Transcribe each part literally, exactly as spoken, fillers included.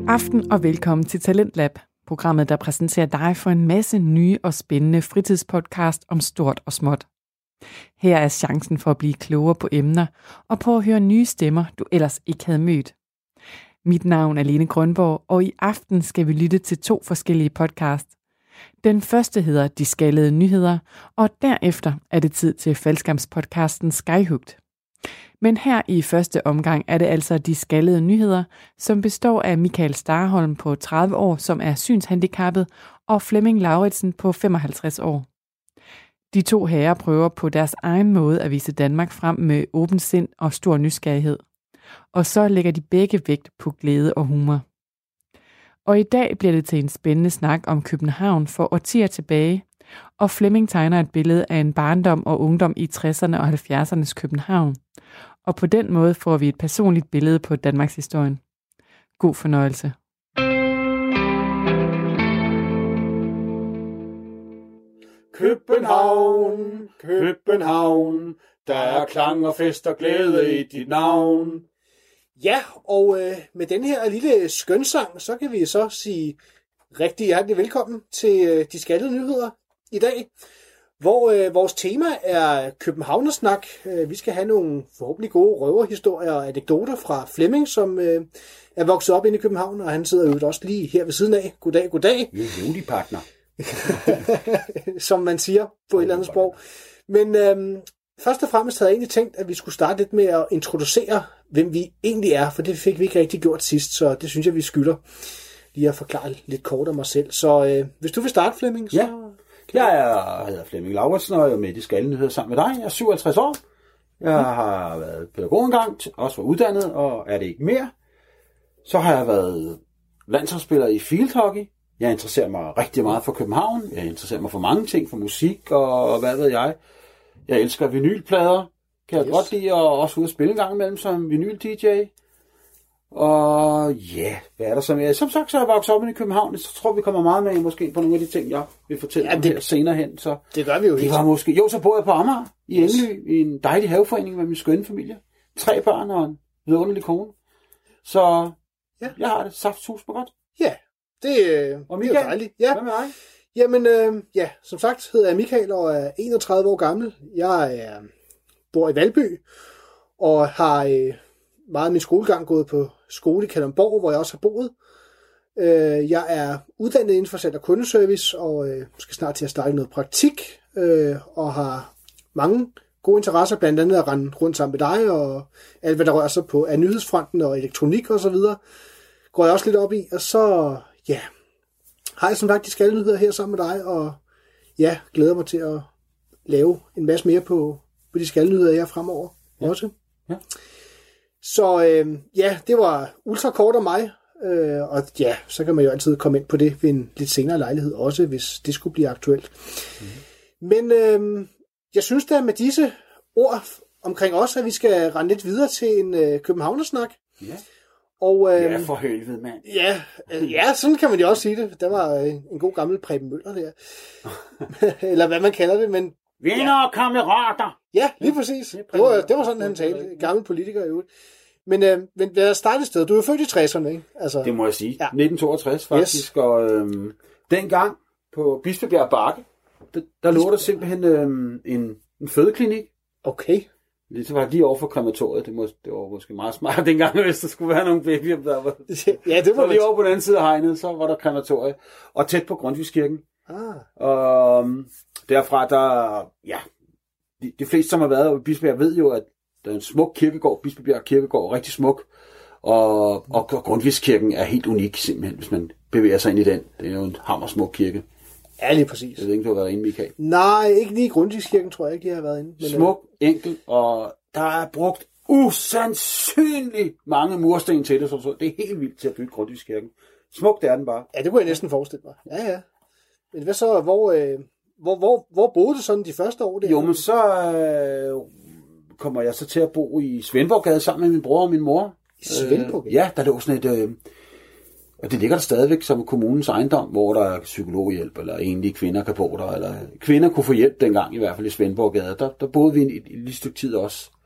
God aften og velkommen til Talentlab, programmet, der præsenterer dig for en masse nye og spændende fritidspodcast om stort og småt. Her er chancen for at blive klogere på emner og på at høre nye stemmer, du ellers ikke havde mødt. Mit navn er Lene Grønborg, og i aften skal vi lytte til to forskellige podcasts. Den første hedder De Skaldede Nyheder, og derefter er det tid til faldskærmspodcasten Skyhugt. Men her i første omgang er det altså De Skaldede Nyheder, som består af Michael Starholm på tredive år, som er synshandicappet, og Flemming Lauritsen på femoghalvtreds år. De to herrer prøver på deres egen måde at vise Danmark frem med åben sind og stor nysgerrighed. Og så lægger de begge vægt på glæde og humor. Og i dag bliver det til en spændende snak om København for årtier tilbage, og Flemming tegner et billede af en barndom og ungdom i tresserne og halvfjerdsernes København. Og på den måde får vi et personligt billede på Danmarks historien. God fornøjelse. København, København, der er klang og fest og glæde i dit navn. Ja, og øh, med den her lille skønsang, så kan vi så sige rigtig hjertelig velkommen til øh, De Skaldede Nyheder i dag, hvor øh, vores tema er Københavnersnak. Øh, vi skal have nogle forhåbentlig gode røverhistorier og anekdoter fra Flemming, som øh, er vokset op inde i København, og han sidder jo også lige her ved siden af. Goddag, goddag. Vi er julepartner. Som man siger på et eller andet sprog. Men øh, først og fremmest havde jeg egentlig tænkt, at vi skulle starte lidt med at introducere, hvem vi egentlig er, for det fik vi ikke rigtig gjort sidst, så det synes jeg, vi skylder lige at forklare lidt kort om os selv. Så øh, hvis du vil starte, Flemming, så... Ja, jeg er, hedder Flemming Lauritsen, og jeg er med i De Skaldede Nyheder sammen med dig. Jeg er syvoghalvtreds år. Jeg har været pædagog engang, også var uddannet, og er det ikke mere. Så har jeg været landsholdsspiller i field hockey. Jeg interesserer mig rigtig meget for København. Jeg interesserer mig for mange ting, for musik og hvad ved jeg. Jeg elsker vinylplader. Kan jeg yes. godt lide, og også ud at spille en gang imellem som vinyl-D J. Og ja, yeah, hvad er der så mere? Som sagt, så er jeg vokset op i København, så tror vi kommer meget med måske på nogle af de ting, jeg vil fortælle ja, om det, her senere hen. Så det gør vi jo helt. Måske, jo, så bor jeg på Amager i Engelø, i en dejlig haveforening med min skønne familie. Tre børn og en vidunderlig kone. Så ja. Jeg har det saftsus på godt. Ja, det, øh, og Michael, det er jo dejligt. Ja. Hvad med dig? Jamen, øh, ja, som sagt hedder jeg Michael og er enogtredive år gammel. Jeg er, bor i Valby og har øh, meget af min skolegang gået på skole i Kalundborg, hvor jeg også har boet. Øh, jeg er uddannet inden for salg og kundeservice og øh, skal snart til at starte noget praktik øh, og har mange gode interesser, blandt andet at rende rundt sammen med dig og alt, hvad der rører sig på af nyhedsfronten og elektronik og så videre. Går jeg også lidt op i, og så ja, har jeg som sagt De Skaldede Nyheder her sammen med dig, og ja, glæder mig til at lave en masse mere på, på De Skaldede Nyheder her fremover ja. også. Ja. Så øh, ja, det var ultra kort om mig, øh, og ja, så kan man jo altid komme ind på det ved en lidt senere lejlighed også, hvis det skulle blive aktuelt. Mm-hmm. Men øh, jeg synes da med disse ord omkring os, at vi skal rende lidt videre til en øh, københavnersnak. Ja. Og, øh, ja, for helvede, mand. Ja, øh, ja, sådan kan man jo også sige det. Der var øh, en god gammel Preben Møller der. Eller hvad man kalder det, men... Venner og kammerater! Ja, lige præcis. Det var, det var sådan, han talte. Gammel politiker i øvrigt. Men, øh, men lad os starte et sted. Du er jo født i tresserne, ikke? Altså, det må jeg sige. Ja. nitten toogtres faktisk. Yes. Og øhm, dengang på Bispebjerg Bakke, der, der lå der simpelthen øhm, en, en fødeklinik. Okay. Det var lige over for krematoriet. Det, må, det var måske meget smart dengang, hvis der skulle være nogle babyer, der var... Ja, det var lige over på den anden side af hegnet, så var der krematoriet. Og tæt på Grundtvigskirken. Ah. Og derfra, der... Ja, de, de fleste, som har været i Bispebjerg, ved jo, at der er en smuk kirkegård. Bispebjerg Kirkegård, rigtig smuk. Og, og Grundtvigskirken er helt unik, simpelthen, hvis man bevæger sig ind i den. Det er jo en hammersmuk kirke. Ja, lige præcis. Jeg ved ikke, du har været inde, Michael. Nej, ikke lige i Grundtvigskirken, tror jeg ikke, de har været inde. Men smuk, enkel, og der er brugt usandsynligt mange mursten til det. Så det er helt vildt til at bygge Grundtvigskirken. Smukt er den bare. Ja, det kunne jeg næsten forestille mig. Ja, ja. Men hvad så, hvor, øh, hvor, hvor, hvor boede du sådan de første år der? Jo, men så øh, kommer jeg så til at bo i Svendborggade sammen med min bror og min mor. I Svendborggade? Øh, ja, der lå sådan et... Øh, og det ligger der stadigvæk som kommunens ejendom, hvor der er psykologhjælp, eller enlige kvinder kan bo der, eller kvinder kunne få hjælp dengang, i hvert fald i Svendborggade. Der, der boede vi et, et lille stykke tid også.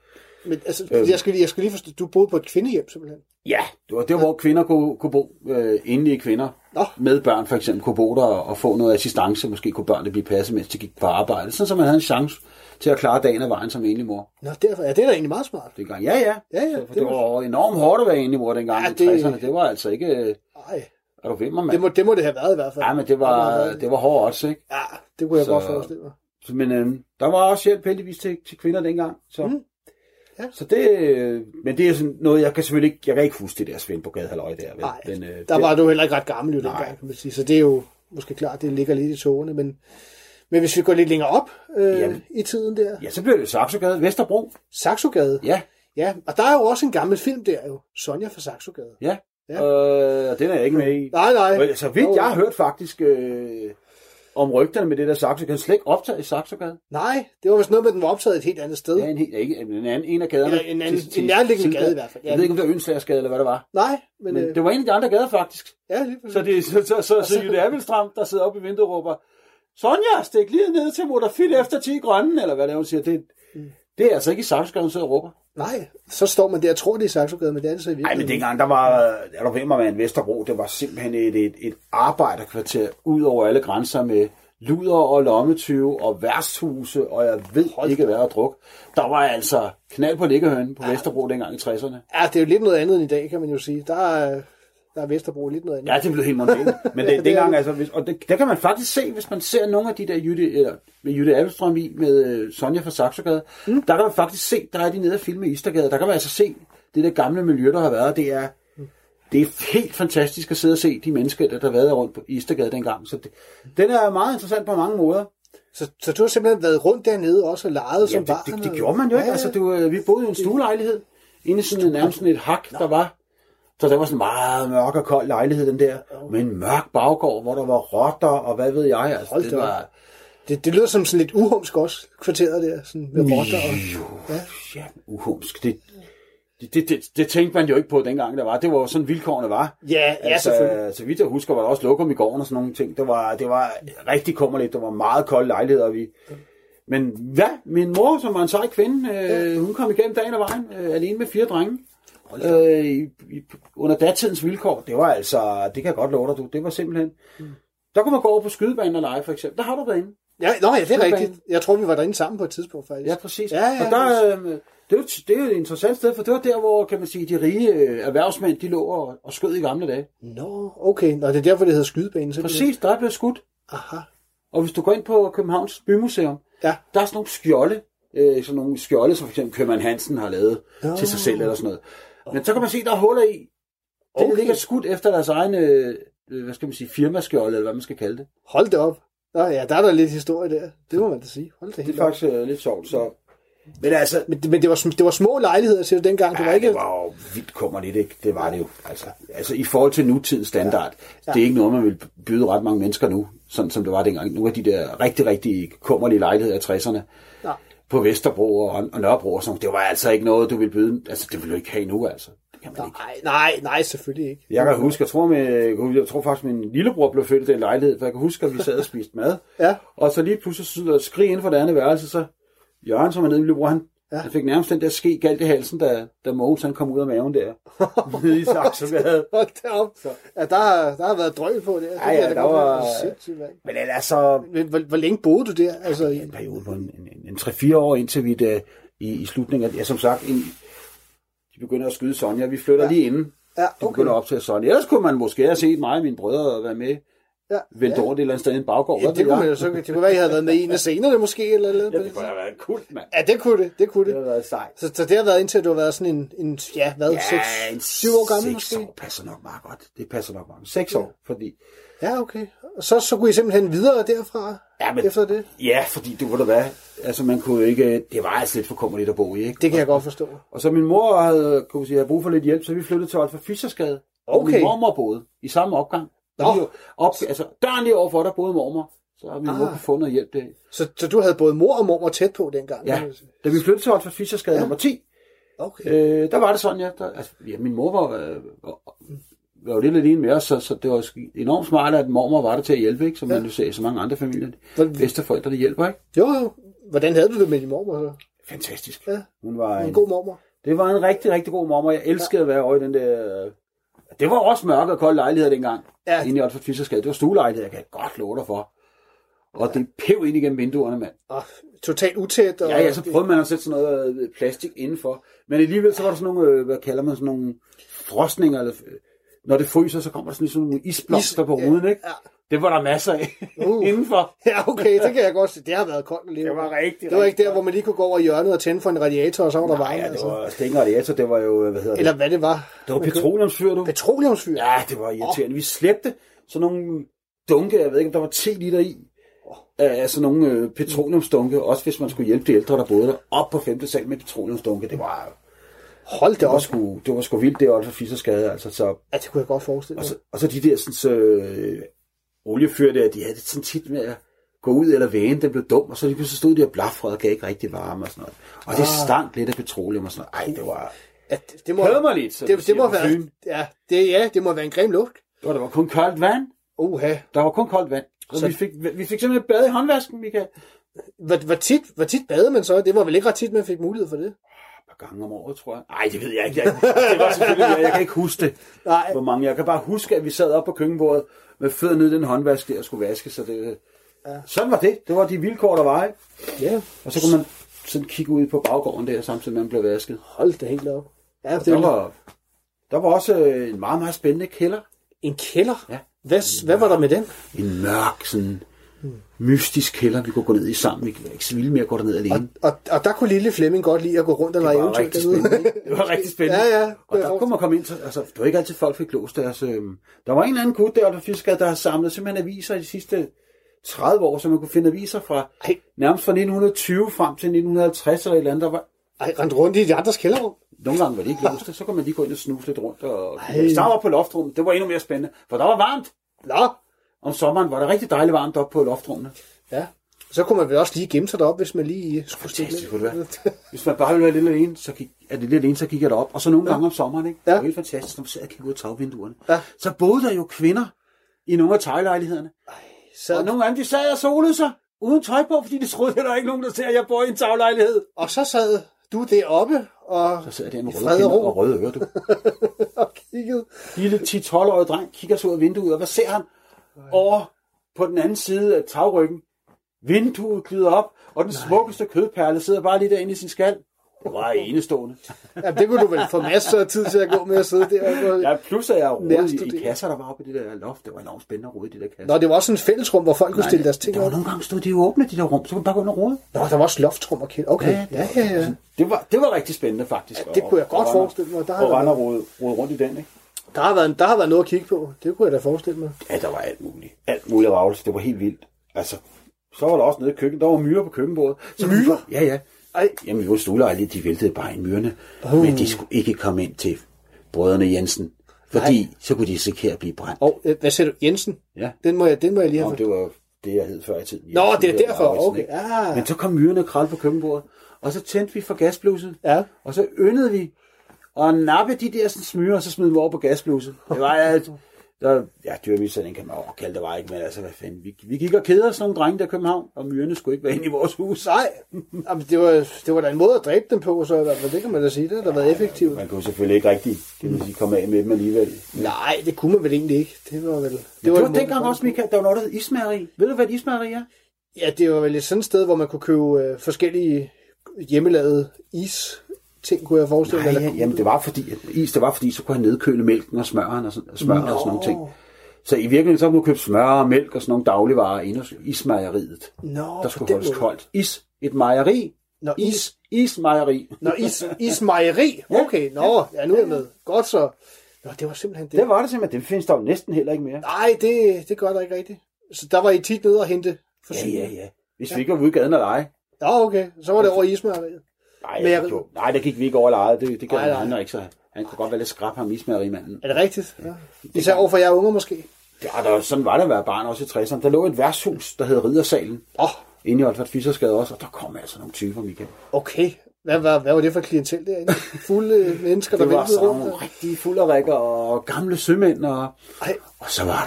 Men altså, øhm, jeg, skal lige, jeg skal lige forstå, du boede på et kvindehjem simpelthen? Ja, det var der, hvor kvinder kunne, kunne bo, øh, enlige kvinder Nå. med børn for eksempel, kunne bo der og få noget assistance. Måske kunne børnene blive passet, mens de gik på arbejde. Sådan, så man havde en chance til at klare dagen af vejen som enlig mor. Nå, derfor, ja, det er da egentlig meget smart. Dengang, ja, ja. ja, ja så, det, det var, var enormt hårdt at være enlig mor dengang ja, i tresserne. Det var altså ikke... Nej. Er du ved mig, mand? Det må, det må det have været i hvert fald. Ja, men det var, det, det var hårdt også, ikke? Ja, det kunne jeg så, godt forestille mig. Men øh, der var også hjælp heldigvis til, til kvinder dengang. Så, mm. ja. så det... Øh, men det er sådan noget, jeg kan selvfølgelig ikke... Jeg kan ikke huske det der Svend på Gadehalløj der. Vel? Nej, men, øh, der det, var du heller ikke ret gammel jo dengang, kan man sige. Så det er jo måske klart, det ligger lidt i togene, men... Men hvis vi går lidt længere op øh, Jamen, i tiden der... Ja, så bliver det Saxogade, Vesterbro. Saxogade? Ja. Ja, og der er jo også en gammel film der jo. Sonja fra Saxogade. Ja, ja. Øh, den er jeg ikke med i. Nej, nej. Så vidt jeg har hørt faktisk øh, om rygterne med det der Saxogade, slet ikke optaget i Saxogade. Nej, det var vist noget med, den var optaget et helt andet sted. Ja, en, ikke, en, anden, en af gaderne. Ja, en, anden, til, en nærliggende gade i hvert fald. Ja. Jeg ved ikke, om det var Ønslagersgade eller hvad det var. Nej, men... men øh... det var en af de andre gader faktisk. Ja, lige præcis. Så det så, så, så, så, så Jytte Abildstrøm, der sidder oppe i vinduet og råber, Sonja, stik lige ned til Mutterfit efter ti grønne, eller hvad det er, hun siger. Det, mm. det er altså ikke i Saxogade, hun sidder og råber. Nej, så står man der og tror, det er Saxogade, men det er det så i virkeligheden. Nej, men dengang, der var, er du ved mig, med en Vesterbro, det var simpelthen et, et, et arbejderkvarter ud over alle grænser med luder og lommetyve og værsthuse, og jeg ved Hold ikke, hvad at drukke. Der var altså knald på liggehønen på ja. Vesterbro dengang i tresserne. Ja, det er jo lidt noget andet end i dag, kan man jo sige. Der er... Der er Vesterbro lidt noget andet. Ja, det blev helt mondænt. Men det, ja, det dengang, det. altså, og det, der kan man faktisk se, hvis man ser nogle af de der Jytte, eller, med Jytte Abildstrøm i, med uh, Sonja fra Saxogade, mm. der kan man faktisk se, der er de nede og filme i Istergade. Der kan man altså se det der gamle miljø, der har været. Det er, mm. det er helt fantastisk at sidde og se de mennesker, der har været rundt på Istergade dengang. Så det, den er meget interessant på mange måder. Så, så du har simpelthen været rundt dernede også og leget ja, som barn? Det, det, det gjorde man jo ikke. Ja, ja. Altså, det, vi boede i en stuelejlighed, inde i sådan nærmest sådan et hak, Nå. der var. Så der var sådan en meget mørk og kold lejlighed, den der, med en mørk baggård, hvor der var rotter, og hvad ved jeg. Altså, det, var... det, det lyder som sådan lidt uhumsk også, kvarteret der, sådan med rotter. Og... Ja, ja uhumsk. Det, det, det, det, det tænkte man jo ikke på dengang, der var. Det var sådan vilkårene var. Ja, ja altså, selvfølgelig. Så vidt jeg husker, var der også lokum i gården og sådan nogle ting. Det var, det var rigtig kummerligt. Det var meget kolde lejligheder, vi... Men hvad? Min mor, som var en sej kvinde, øh, hun kom igennem dagen og vejen, øh, alene med fire drenge. Øh, i, i, under datidens vilkår, det var altså, det kan jeg godt love dig, du, det var simpelthen, mm. der kunne man gå over på skydebanen og lege, for eksempel. Der har du været inde. Ja, nå, ja, det er rigtigt. Jeg tror, vi var derinde sammen på et tidspunkt, faktisk. Ja, præcis. Ja, ja, og der, øh, det, er jo, det er jo et interessant sted, for det var der, hvor, kan man sige, de rige øh, erhvervsmænd, de lå og, og skød i gamle dage. Nå, okay. Nå, det er derfor, det hedder skydebanen. Simpelthen. Præcis, der er blevet skudt. Aha. Og hvis du går ind på Københavns Bymuseum, ja. der er sådan nogle skjolde, øh, sådan nogle skjolde, som for eksempel Købmann Hansen har lavet oh. til sig selv eller sådan noget. Men så kan man se, der er huller i. Det okay. ligger skudt efter deres egen, øh, hvad skal man sige, firmaskjold, eller hvad man skal kalde det. Hold det op. Nå, ja, der er der lidt historie der. Det må man da sige. Hold det, det er faktisk øh, lidt sjovt, så... Men altså... Men, men det, var, det var små lejligheder, siger du dengang? Ja, det var, ikke... det var jo vildt kummerligt, ikke? Det var det jo. Altså, altså i forhold til nutidens standard, ja. Ja. Det er ikke noget, man vil byde ret mange mennesker nu, sådan som det var dengang. Nogle af de der rigtig, rigtig kummerlige lejligheder i tresserne. Ja. På Vesterbro og, og Nørrebro og sådan, det var altså ikke noget, du ville byde. Altså, det ville du ikke have nu, altså. Det kan man nej, ikke. nej, nej, selvfølgelig ikke. Jeg kan huske, jeg tror, med, jeg tror faktisk, min lillebror blev født i den lejlighed, for jeg kan huske, at vi sad og spiste mad. Ja. Og så lige pludselig så der skrig inden for det andet værelse, så Jørgen, som er nede, min lillebror, han, ja. han fik nærmest den der ske galt i halsen, da, da Mogens han kom ud af maven der. Nede i Saxogade. Hold derop. Ja, der, der har været drøg på det. Ja, ja, der var... Men altså... Hvor, hvor længe boede du der? Altså, en periode på en, en, en, en tre fire år, indtil vi da, i, i slutningen af... Ja, som sagt, en, de begynder at skyde Sonja. Vi flytter ja. lige inden. Ja, okay. De begynder op til Sonja. Ellers kunne man måske have set mig og mine brødre være med. Ja, Vælte ja. over det eller andet sted i en baggård. Ja, det, kunne man jo, så, det kunne være, at I havde været med i en af scenerne måske. Eller, eller, ja, det kunne have været kult, mand. Ja, det kunne det. Det kunne det. Det har været sejt. Så, så det har været indtil, at du har været sådan en, en ja, hvad, ja, seks, en syv år gammel seks måske? Seks år passer nok meget godt. Det passer nok meget. Seks år, fordi... Ja, okay. Og så, så kunne I simpelthen videre derfra ja, men, efter det? Ja, fordi det var der hvad. Altså, man kunne ikke... Det var altså lidt for kummerligt at bo i, ikke? Det kan jeg godt forstå. Og så min mor havde, kunne sige, havde brug for lidt hjælp, så vi flyttede til Olfer Fischersgade. Okay. Og min mormor boede i samme opgang. Nå. Op, altså, døren lige overfor, der boede mormor. Så har min ah. mor kunne få noget hjælp der. Så, så du havde både mor og mormor tæt på dengang? Ja, da vi flyttede til Olfer Fischersgade ja. nummer ti, okay. øh, der var det sådan, ja. Der, altså, ja min mor var, øh, var, var jo lidt alene med os, så, så det var enormt smart, at mormor var der til at hjælpe, ikke? Som ja. man jo ser i så mange andre familier. Bedsteforældre, der hjælper, ikke? Jo, jo. Hvordan havde du det med din mormor så? fantastisk. Ja. Hun var En en god mormor. Det var en rigtig, rigtig god mormor. Jeg elskede ja. at være over i den der... Det var også mørke og kold lejlighed dengang. Ja. Inde i Olfert Fischersgade. Det var stuelejlighed, jeg kan godt love dig for. Og ja. det pev ind igennem vinduerne, mand. Og totalt utæt. Og ja, ja, så prøvede man at sætte sådan noget plastik indenfor. Men alligevel så var der sådan nogle, hvad kalder man, sådan nogle frosninger, eller når det fryser, så kommer der sådan nogle isblomster Is, på ruden, ja, ikke? Ja. Det var der masser af uh. indenfor. Ja, okay, det kan jeg godt se. Det har været koldt lige. Det var rigtig, Det var ikke der, godt. hvor man lige kunne gå over i hjørnet og tænde for en radiator, og så var der varme. Nej, ja, det altså. var ikke en radiator, det var jo, hvad hedder det? Eller hvad det var. Det var petroleumsfyr, du. Petroleumsfyr? Ja, det var irriterende. Oh. Vi slæbte sådan nogle dunke, jeg ved ikke, om der var ti liter i, af sådan nogle øh, petroleumsdunke, også hvis man skulle hjælpe de ældre, der boede der, op på femte sal med petroleumsdunke. Det var... Hold det, det var op. Sgu, det var sgu vildt, det var Olfert Fischersgade, altså. Så, ja, det kunne jeg godt forestille mig. Og så, og så de der sådan, så, øh, oliefyr der, de havde det sådan tit med at gå ud, eller vægen, den blev dum, og så lige pludselig stod de og blafrede og gav ikke rigtig varme og sådan noget. Og ah. det stank lidt af petroleum og sådan noget. Ej, det var... Ja, det, det må, Kødmerligt, så det, det, det må være, ja, det, ja, det må være en grim luft. Det var, der var kun koldt vand. Uha. Der var kun koldt vand. Så, så vi fik, vi fik simpelthen bad i håndvasken, Michael. Hvor, hvor, tit, hvor tit badede man så? Det var vel ikke ret tit, man fik mulighed for det? Et par gange om året, tror jeg. Nej, det ved jeg ikke. Jeg, det var selvfølgelig, jeg, jeg kan ikke huske det. Nej. Hvor mange. Jeg kan bare huske, at vi sad op på køkkenbordet med fødderne ned i den håndvask der og skulle vaske. Så det, ja. Sådan var det. Det var de vilkår, der var, ikke? Ja. Og så kunne man sådan kigge ud på baggården der, samtidig med, at man blev vasket. Hold det helt op. Ja, det der, var, der var også en meget, meget spændende kælder. En kælder? Ja. Hvad, hvad var der med den? En mørk, sådan mystisk kælder, vi kunne gå ned i sammen. Vi var ikke så vilde med at gå derned alene. Og, og, og der kunne lille Flemming godt lide at gå rundt og lege eventyr. Det var rigtig spændende. Det var rigtig spændende. Ja, ja. Og der kunne man komme ind til, altså, det var ikke altid folk fik låst deres... Øh, der var en eller anden gut der, der, der har samlet simpelthen aviser i de sidste tredive år, så man kunne finde aviser fra Ej. nærmest fra nitten tyve frem til nitten halvtreds eller et eller andet, der var... Ej, rent rundt i de andres kælderrum? Nogle gange var det ikke låst, så kunne man lige gå ind og snuse lidt rundt. Og starte op på loftrummet. Det var endnu mere spændende, for der var varmt. Nå. Om sommeren var det rigtig dejligt varmt op på loftrummet. Ja. Så kunne man vel også lige gemme sig derop, hvis man lige skulle stikke lidt. Hvis man bare ville være lidt alene, så gik, er det lidt alene, så gik jeg derop. Og så nogle ja. gange om sommeren, ikke? Ja. Det var helt fantastisk, når man sidder og kigger ud af tagvinduerne. Ja. Så boede der jo kvinder i nogle af teglejlighederne. Så... Og nogle af dem, de sad og solede sig uden tøj på, fordi de troede, at der er ikke nogen, der ser, at jeg bor i en taglejlighed. Og så sad du deroppe og... Så sad jeg der med røde kinder og røde ører, du. og kiggede. Lille ti til tolv-årig dreng kigger så ud af vinduet, og hvad ser han? Over på den anden side af tagryggen. Vinduet glider op, og den Nej. smukkeste kødperle sidder bare lige derinde i sin skal. Det var enestående. Ja, det kunne du vel få masser af tid til at gå med at sidde der. Ja, plus at jeg rodede i, i kasser, der var oppe i det der loft. Det var enormt spændende at rode i de der kasser. Nå, det var også sådan et fællesrum, hvor folk Nej, kunne stille deres ting op. Der var nogle gange stod de jo åbne, de der rum, så kunne man bare gå ind og rode. Nå, der var også loftrum og kælder. Okay, ja, ja, ja. ja. Det, var, det var rigtig spændende, faktisk. Ja, det kunne jeg godt forestille mig. Der og rende og rode, rode rundt i den, ikke? Der har, været, der har været noget at kigge på. Det kunne jeg da forestille mig. Ja, der var alt muligt. Alt muligt ravelse. Det var helt vildt. Altså, så var der også nede i køkkenet. Der var myrer på køkkenbordet. Så myrer? Ja, ja. Ej. Jamen, vi var stuelejlige, de væltede bare ind myrerne. Uh. Men de skulle ikke komme ind til brødrene Jensen. Fordi Ej. så kunne de risikere at blive brændt. Og øh, hvad siger du? Jensen? Ja. Den må jeg, den må jeg lige have. Nå, det var det, jeg hed før i tiden. Nå, Jensen, det er derfor. Okay. Ah. Men så kom myrerne og kral på køkkenbordet. Og så tændte vi for gasbluset. Ja. Og så yndede vi og nappe de der sådan smyrer, og så smide dem over på gasbluset. Det var at der, ja, dyrmishandling kan man også kalde det, var ikke, men altså, hvad fanden, vi, vi gik og keder os nogle drenge der i København, og myrerne skulle ikke være inde i vores hus. Nej, jamen, det, var, det var da en måde at dræbe dem på, så det kan man da sige, det har været effektivt. Man kunne selvfølgelig ikke rigtig, kan man sige, komme af med dem alligevel. Men... Nej, det kunne man vel egentlig ikke. Det var vel... Det var, var, det var dengang også, Michael, der var noget, der hed ismageri. Ved du, hvad et ismageri er? Ja, det var vel et sådan sted, hvor man kunne købe øh, forskellige hjemmelavede is ting, kunne jeg forestille mig. Nej, ja, jamen det var fordi, at is, det var fordi, så kunne han nedkøle mælken og smøren og, sådan, og smør og sådan nogle ting. Så i virkeligheden, så kunne du købe smør og mælk og sådan nogle dagligvarer inde hos ismejeriet. Nå, der skulle holdes koldt. Is, et mejeri. Nå, is, ismejeri. Nå, is, ismejeri. Okay, nå, ja, nu er jeg med. Godt så. Nå, det var simpelthen det. Det var det simpelthen. Det findes der jo næsten heller ikke mere. Nej, det, det gør der ikke rigtigt. Så der var I tit nede og hente forsyninger. Ja, ja, ja. Hvis ja. vi ikke var ude i gaden og lege. Nå, okay. Så var det over ismejeriet. Nej, jeg... nej, der gik vi ikke over lejet. Det, det gør han ikke så. Han kunne godt være lidt skrab ham ismejerimanden. Er det rigtigt? Ja. Især overfor jer unger måske? Ja, der, sådan var det at være barn også i tresserne. Der lå et værtshus, der hed Riddersalen. Åh. Oh. Inde i Olfert Fischersgade også, og der kom altså nogle typer, Michael. Okay. Hvad var, hvad var det for klientel derinde? Fulde mennesker, der væltede rundt? Det var sådan nogle rigtige fulderikker og gamle sømænd. Og, og så var der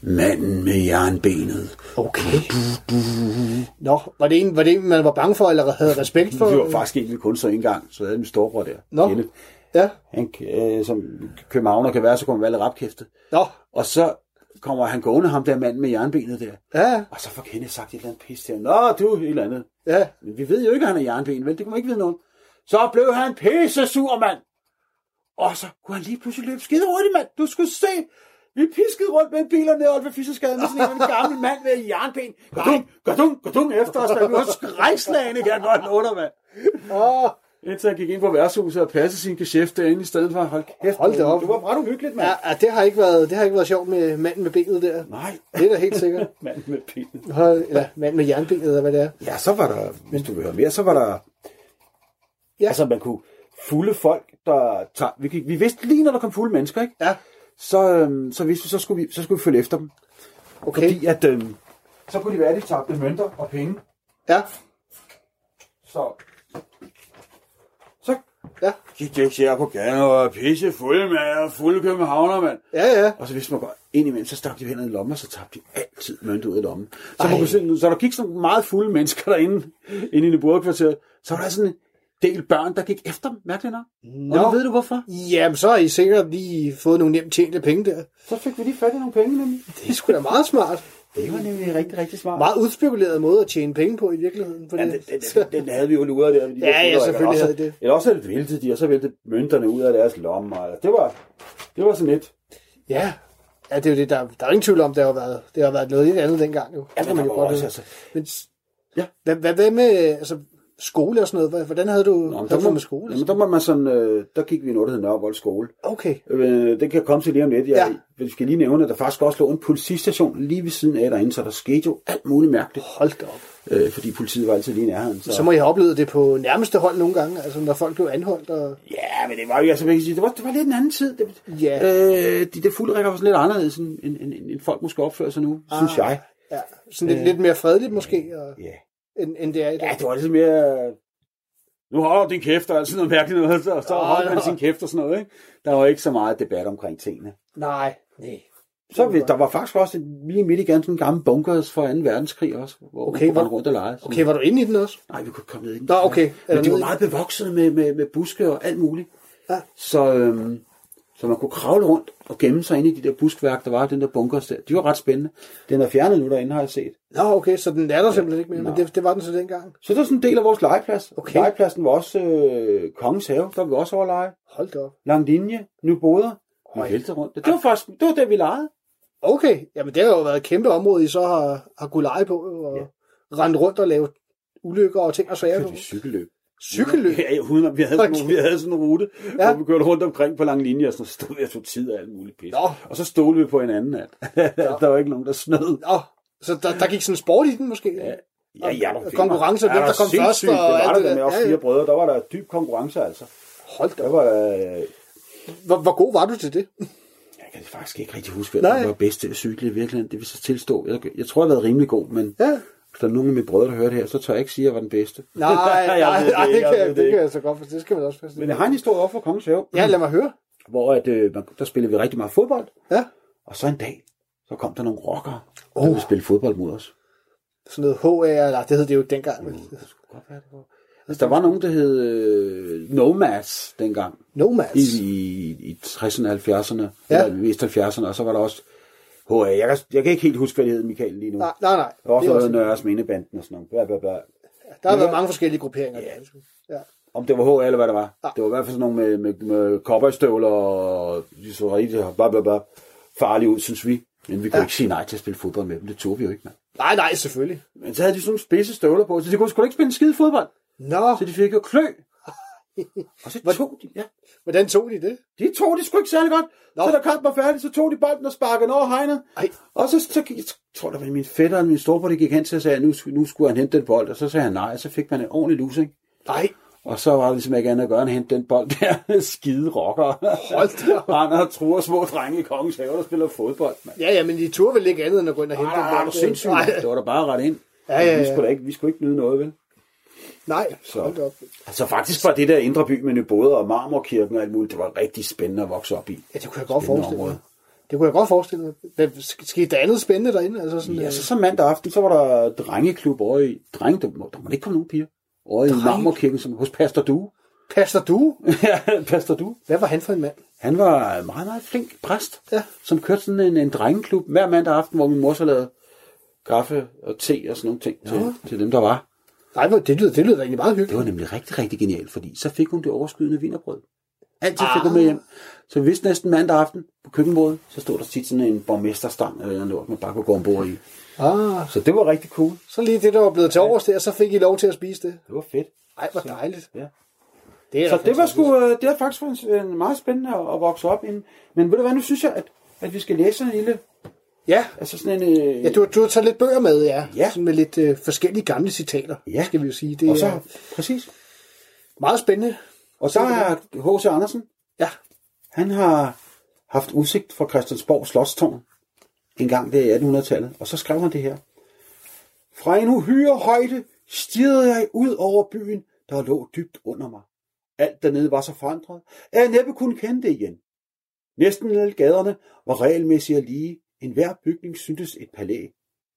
Manden med jernbenet. Okay. Nå, var det en, var det en man var bange for, eller havde respekt for? Det var faktisk ikke kun så en gang, så havde min storebror der. Nå, Kenneth. ja. Han, øh, som københavner kan være, så kommer han være lidt rapkæftet. Nå. Og så kommer han gående, ham der mand med jernbenet der. Ja. Og så får Kenneth sagt et eller andet pis til ham. Nå, du, et eller andet. Ja. Men vi ved jo ikke, at han er jernben, vel? Det kan man ikke vide noget. Så blev han pisse sur, mand. Og så kunne han lige pludselig løbe skide hurtigt, mand. Du skulle se. Vi piskede rundt med en bil og ned ved Fischerskaden med sådan en gammel mand med jernben. Gadung, gadung, gadung efter os. Vi var skrækslagende, kan jeg godt låne, mand. Åh. Indtil jeg gik ind på værtshuset og passede sin geschæft derinde i stedet for at holde kæft. Hold det op. Det var ret uhyggeligt, mand. Ja, det har ikke været, det har ikke været sjovt med manden med benet der. Nej. Det er da helt sikkert. Manden med benet. Eller manden med jernbenet, eller hvad det er. Ja, så var der, hvis du vil høre mere, så var der... Ja. Altså, man kunne fulde folk, der tager... Vi, vi vidste lige, når der kom fulde mennesker, ikke? Ja. Så, øhm, så vidste vi, så skulle vi, så skulle vi følge efter dem. Okay. Fordi at... Øhm, så kunne de være, at de tabte mønter og penge. Ja. Så... Så Ja. gik jeg ikke på gaden og var pisse fulde med fulde københavner, mand. Ja, ja. Og så hvis man går ind imellem, så stak de hænderne i lommen, og så tabte de altid mønter ud af lommen. Så, man kunne se, så der gik sådan meget fulde mennesker derinde, inde i det bordkvarter. Så var der sådan en del børn, der gik efter dem, mærkeligt nok. Nå. Og nu ved du hvorfor? Jamen, så har I sikkert lige fået nogle nemt tjente penge der. Så fik vi lige fat i nogle penge, nemlig. Det er sgu da meget smart. Det var nemlig rigtig, rigtig smart. Meget udspekuleret måde at tjene penge på i virkeligheden. For Ja, det. den, den, den, den havde vi jo luret der. De Ja, ja, selvfølgelig havde det. Eller også havde det væltet de, og så væltede mønterne ud af deres lommer. Det var, det var sådan lidt. Ja. Ja, det er jo det, der, der er ingen tvivl om, det har været, det har været noget lidt andet dengang jo. Ja, Det kan man men jo der var godt også, også, altså, Men, Ja. hvad, hvad, hvad med altså, skole og sådan noget? Hvordan havde du, Nå, havde der, du var, med skole? jamen, der var man sådan, øh, der gik vi i noget, der hed Nørrevold skole. Okay. Øh, det kan komme til lige om lidt. Jeg, Ja. Vi skal lige nævne, at der faktisk også lå en politistation lige ved siden af derinde, så der skete jo alt muligt mærkeligt. Hold da op. Øh, fordi politiet var altid lige i nærheden. Så, Så må jeg have oplevet det på nærmeste hold nogle gange, altså når folk blev anholdt. Og... ja, men det var jo, altså, man kan sige, det var, det var lidt en anden tid. Det, Ja. øh, de der fulderikker var sådan lidt anderledes, end, end, end, end folk måske opfører sig nu, ah, synes jeg. Ja, sådan lidt, Øh. lidt mere fredeligt måske, og, Ja. end, end det er i dag. Ja, det var lidt mere... Nu holder din kæft, og altid noget mærkeligt noget, og så Åh, holder man ja. sin kæft og sådan noget, ikke? Der var ikke så meget debat omkring tingene. Nej, nej. Så vi, der var faktisk også lige midt i ganske en gammel bunkers fra anden verdenskrig også, hvor Okay, man hvor- kunne rundt og lege. Okay, var du inde i den også? Nej, vi kunne komme ned i den. Nå, okay. Eller Men de var ned i- meget bevokset med, med, med buske og alt muligt. Ja. Så, øhm, så man kunne kravle rundt og gemme sig inde i de der buskværk, der var den der bunkers der. De var ret spændende. Den er fjernet nu derinde, har jeg set. Nå, okay, så den er der simpelthen ikke mere, men det, det var den så dengang. Så det er sådan en del af vores legeplads. Okay. Legepladsen var også øh, Kongens Have, der var vi også over at lege. Hold da op. Lang linje, nu boder. Vi Øj. væltede rundt. Det var faktisk, det var der, vi legede. Okay, jamen det har jo været et kæmpe område, I så har, har kunne lege på, og ja. Rende rundt og lave ulykker og ting og sager på. Vi cykelløb. Cykelløb? Ja, uden, vi, havde sådan, Okay. vi havde sådan en rute, Ja. ja. hvor vi kørte rundt omkring på lang linje, og så stod vi og tog tid af alt muligt pis. Nå. Og så stolede vi på hinanden, at der var ikke nogen, der snød. Nå, så der, der gik sådan sport i den måske? Ja. Ja, ja, Og konkurrencer, hvem ja, der kom sindssygt. først, og Det var alt det det der med der. os Ja, ja. fire brødre, der var der dyb konkurrence, altså. Hold da Der op. var der, Hvor, hvor god var du til det? jeg kan faktisk ikke rigtig huske, hvem Nej. der var bedst til at cykle i virkeligheden. Det vil så tilstå. Jeg, jeg tror, jeg har været rimelig god, men Ja. hvis der er nogen af mine brødre, der hører det her, så tør jeg ikke sige, at jeg var den bedste. Nej, nej, Jeg ved det nej, det, ikke, jeg kan, ved det, det kan ikke. jeg så godt forstå. Det skal man også forstå. Men jeg har en historie op for Kongens Have, Ja, lad mig høre. hvor at, øh, man- der spillede vi rigtig meget fodbold. Ja, Og så en dag, så kom der nogle rockere, der Oh. ville spille fodbold mod os. sådan noget H A, eller det hed det jo dengang. Det skulle godt være, det var. Altså, der var nogen, der hed øh, Nomads dengang. Nomads. I, i, i tresserne og halvfjerdserne. Ja. Eller mest halvfjerdserne. Og så var der også H A. Jeg kan, jeg kan ikke helt huske, hvad det hed, Michael, lige nu. Nej, nej, nej. Der var Det er også også- noget Nørres Mindebanden og sådan noget. Bla, bla, bla. Der har været Ja. mange forskellige grupperinger. Ja. Ja. Om det var H A eller hvad det var. Ja. Det var i hvert fald sådan nogle med, med, med cowboystøvler og de så rigtig bla, bla, bla, farlige ud, synes vi. Men vi kunne Ja. ikke sige nej til at spille fodbold med dem. Det tog vi jo ikke, mand. Nej, nej, selvfølgelig. Men så havde de sådan nogle spidse støvler på, så de kunne sgu da ikke spille en skide fodbold. Nå, Så de fik jo klø. Og så tog de, ja. hvordan tog de det? De tog det sgu ikke særlig godt. Nå. Så da kampen var færdig, så tog de bolden og sparkede den over hegnet. Ej. Og så, så gik, jeg tror, der var min fætter og min storebror, de gik hen til og sagde, at nu, nu skulle han hente den bold. Og så sagde han nej, og så fik man en ordentlig lusing. Nej, Og så var det ligesom ikke andet at gøre, end at hente den bold der. Skide rocker. hold da op. Han har truer små drenge i Kongens Have, der spiller fodbold, mand. Ja, ja, men de turde vel ikke andet end at gå ind og hente Nej, den det var sindssygt. Nej, Det var da bare ret ind. Ja, ja, ja. Vi skulle da ikke, vi skulle ikke nyde noget, vel? nej, Så. hold da op. Altså faktisk var det der indre by med Nyboder og Marmorkirken og alt muligt, det var rigtig spændende at vokse op i. Ja, det kunne jeg godt Spændende forestille mig. område. Det kunne jeg godt forestille mig. Hvad, skete der andet spændende derinde? Altså sådan, Ja, så, så mandag aften, så var der drengeklub over i... Drenge, der, der må ikke komme nogen piger. Over i Marmorkirken, som hos Pastor Due. Pastor Due? Ja, Pastor Due. Hvad var han for en mand? Han var en meget, meget flink præst, ja. Som kørte sådan en, en drengeklub hver mandag aften, hvor min mor så lavede kaffe og te og sådan nogle ting til, ja. til dem, der var. Nej, det lyder, det lyder egentlig meget hyggeligt. Det var nemlig rigtig, rigtig genialt, fordi så fik hun det overskydende wienerbrød. Altid fik hun med hjem. Så vi vidste næsten mandag aften på køkkenbordet, så stod der tit sådan en borgmesterstang eller noget, man bare kunne gå ombord i. Ah. Så det var rigtig cool. Så lige det, der var blevet til overs der, så fik I lov til at spise det. Det var fedt. Ej, hvor dejligt. Ja. Det så det var sgu, det har faktisk været en meget spændende at, at vokse op inden. Men ved du hvad, nu synes jeg, at, at vi skal læse sådan en lille... Ja, altså sådan en, øh... ja du, du har taget lidt bøger med, ja. ja. Sådan med lidt øh, forskellige gamle citater, ja. skal vi jo sige. Det og så, er præcis. Meget spændende. Og så er H C Andersen. Ja. Han har haft udsigt fra Christiansborg Slotstårn en gang der i attenhundredetallet. Og så skrev han det her. Fra en uhyre højde stirrede jeg ud over byen, der lå dybt under mig. Alt dernede var så forandret, at jeg næppe kunne kende det igen. Næsten alle gaderne var regelmæssigt og lige. En hver bygning syntes et palæ.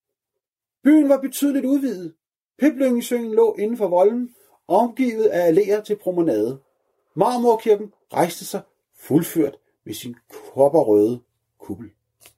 Byen var betydeligt udvidet. Piblyngesøen lå inden for volden, omgivet af alléer til promenade. Marmorkirken rejste sig fuldført med sin kopperrøde kuppel.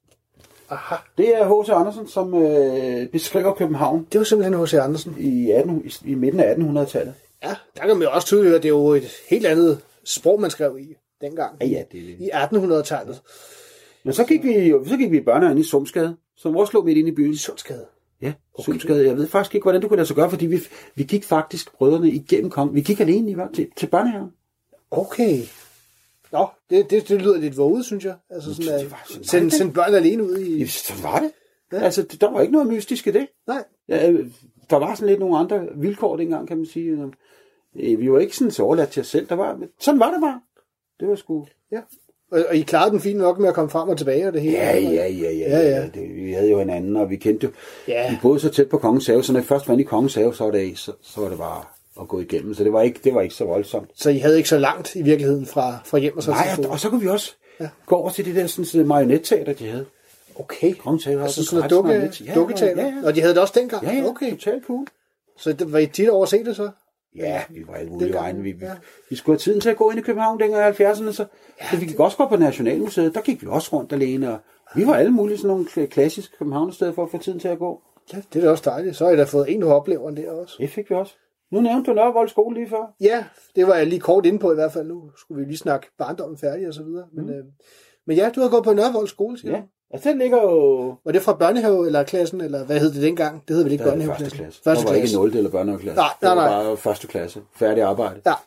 Aha. Det er H C Andersen, som øh, beskriver København. Det var simpelthen H C Andersen. I, atten, i, i midten af attenhundredetallet. Ja, der kan man jo også tydeligt høre, at det er jo et helt andet sprog, man skrev i dengang. Ja, ja, det I attenhundredetallet. Men så gik vi, så gik vi i børnehaven i Sumsgade, som også lå midt inde i byen. Sumsgade? Ja, okay. Sumsgade. Jeg ved faktisk ikke, hvordan du kunne lade sig gøre, fordi vi, vi gik faktisk brødrene igennem kongen. Vi gik alene i, til, til børnehaven. Okay. Nå, det, det, det lyder lidt våget, synes jeg. Altså sådan, at sende, sende børn alene ud i... Ja, så var det. Ja. Altså, der var ikke noget mystisk i det. Nej. Ja, der var sådan lidt nogle andre vilkår dengang, kan man sige. Vi var ikke sådan så overladt til os selv. Der var, sådan var det bare. Det var sgu... Ja. Og, og I klarede den fint nok med at komme frem og tilbage og det hele? Ja, ja, ja, ja. ja, ja. Det, vi havde jo hinanden, og vi kendte jo... Ja. Vi boede så tæt på Kongens Have, så når vi først var inde i Kongens Have, så var det, så, så var det bare at gå igennem. Så det var ikke, det var ikke så voldsomt. Så I havde ikke så langt i virkeligheden fra, fra hjem og så Nej, til og, og så kunne vi også ja. gå over til det der sådan, marionetteater, de havde. Okay. Kongens Have altså sådan noget dukke, ja, dukketeater? Ja, ja. Og de havde det også dengang? Ja, ja. Okay. Totalt cool. Så det, var I tit over at se det så? Ja, vi var alle mulige vejen. Vi, ja. vi skulle have tiden til at gå ind i København dengang i halvfjerdserne, så, ja, så vi gik det... også gå på Nationalmuseet. Der gik vi også rundt alene, og vi var alle mulige sådan nogle klassiske Københavnersteder for at få tiden til at gå. Ja, det er da også dejligt. Så har I da fået en, der oplever der også. Det fik vi også. Nu nævnte du Nørrevold skole lige før. Ja, det var jeg lige kort inde på i hvert fald. Nu skulle vi lige snakke barndommen færdig og så videre. Men, mm. øh, men ja, du har gået på Nørrevold skole, siger ja. Altså, den ligger jo... Var det fra børnehave eller klassen, eller hvad hed det dengang? Det hed vel ikke børnehaveklassen? Første klasse. Første klasse. Det var ikke nul eller børnehaveklasse. Nej, nej, nej. Det var bare første klasse. Færdig arbejde. Ja.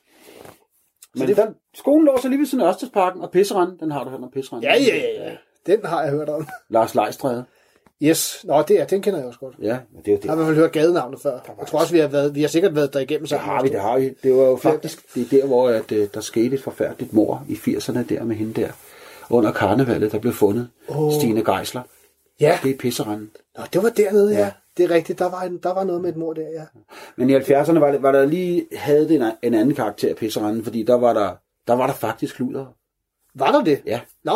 Men det... den, skolen lå så lige ved sådan Ørstedsparken, og Pisseranden, den har du hørt om Pisseranden. Ja, ja, ja, ja. Den har jeg hørt om. Lars Leistræde. Yes. Nå, det er, den kender jeg også godt. Ja, men det er jo det. Jeg har i hvert fald hørt gadenavnet før. Jeg tror også, vi har, været, vi har sikkert været der igennem sammen. Det har vi, det har vi. Det var jo faktisk, det er der, hvor at, der skete et forfærdeligt mord i firserne der med hende der. Under karnevalet, der blev fundet. Oh. Stine Geisler. Ja. Det er Pisseranden. Nå, det var dernede, ja. ja. Det er rigtigt. Der var, en, der var noget med et mord der, ja. Men i halvfjerdserne var, det, var der lige, havde det en, en anden karakter af Pisseranden, fordi der var der, der var der faktisk luder. Var der det? Ja. Nå.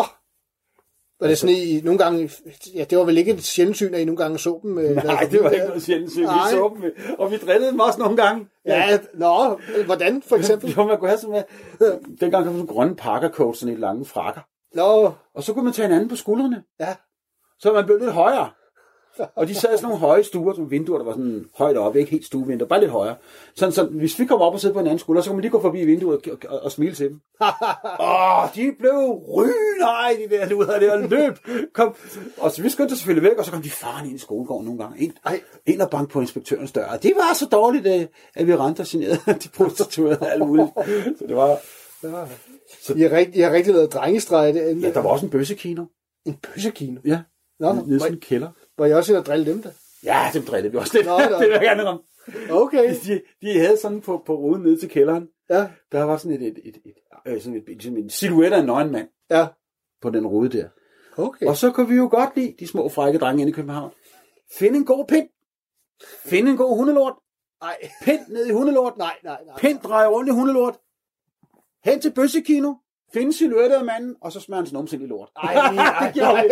Var det sådan, I nogle gange... Ja, det var vel ikke et sjældent syn, at I nogle gange så dem? Nej, hvad, det var ikke noget sjældent syn. Vi så dem, og vi drillede dem også nogle gange. Ja, ja. Nå, hvordan for eksempel? Jo, man kunne have sådan med... Dengang kom sådan grønne parkercoats, sådan i lange frakker. Nå. Og så kunne man tage en anden på skuldrene. Ja. Så man blev lidt højere. Og de sad i sådan nogle høje stuer, som vinduer, der var sådan højt oppe, ikke helt stuevinduer, bare lidt højere. Sådan, så hvis vi kom op og sidde på en anden skulder, så kunne man lige gå forbi vinduet og, og, og smile til dem. Åh, de blev rynej, de der luder der, og løb. Kom. Og så vi skyndte selvfølgelig væk, og så kom de faren ind i skolegården nogle gange. En, en og bank på inspektørens dør. Og det var så dårligt, at vi rendte og generede de prostituerede og alt muligt. Så det var... Ja. Så I har rigtig, I har rigtig lavet drengestreger derinde? Ja, der var også en bøssekino. En bøssekino? Ja. Nå, nede i en kælder. Var I også inde og drille dem der? Ja, dem drillede vi også. Det, Nå, det vil jeg gerne om. Okay. De, de havde sådan på, på ruden ned til kælderen. Ja. Der var sådan et, et, et, et, et, sådan et, et, en silhuet af en nøgen mand. Ja. På den rude der. Okay. Og så kan vi jo godt lide de små frække drenge inde i København. Find en god pind. Find en god hundelort. Nej. Pind ned i hundelort. Nej, nej, nej. Pind drejer rundt i hundelort. Hen til bøssekino. finde silhuettet af manden, og så smager han sådan omsigt i lort. Ej, ej, ej.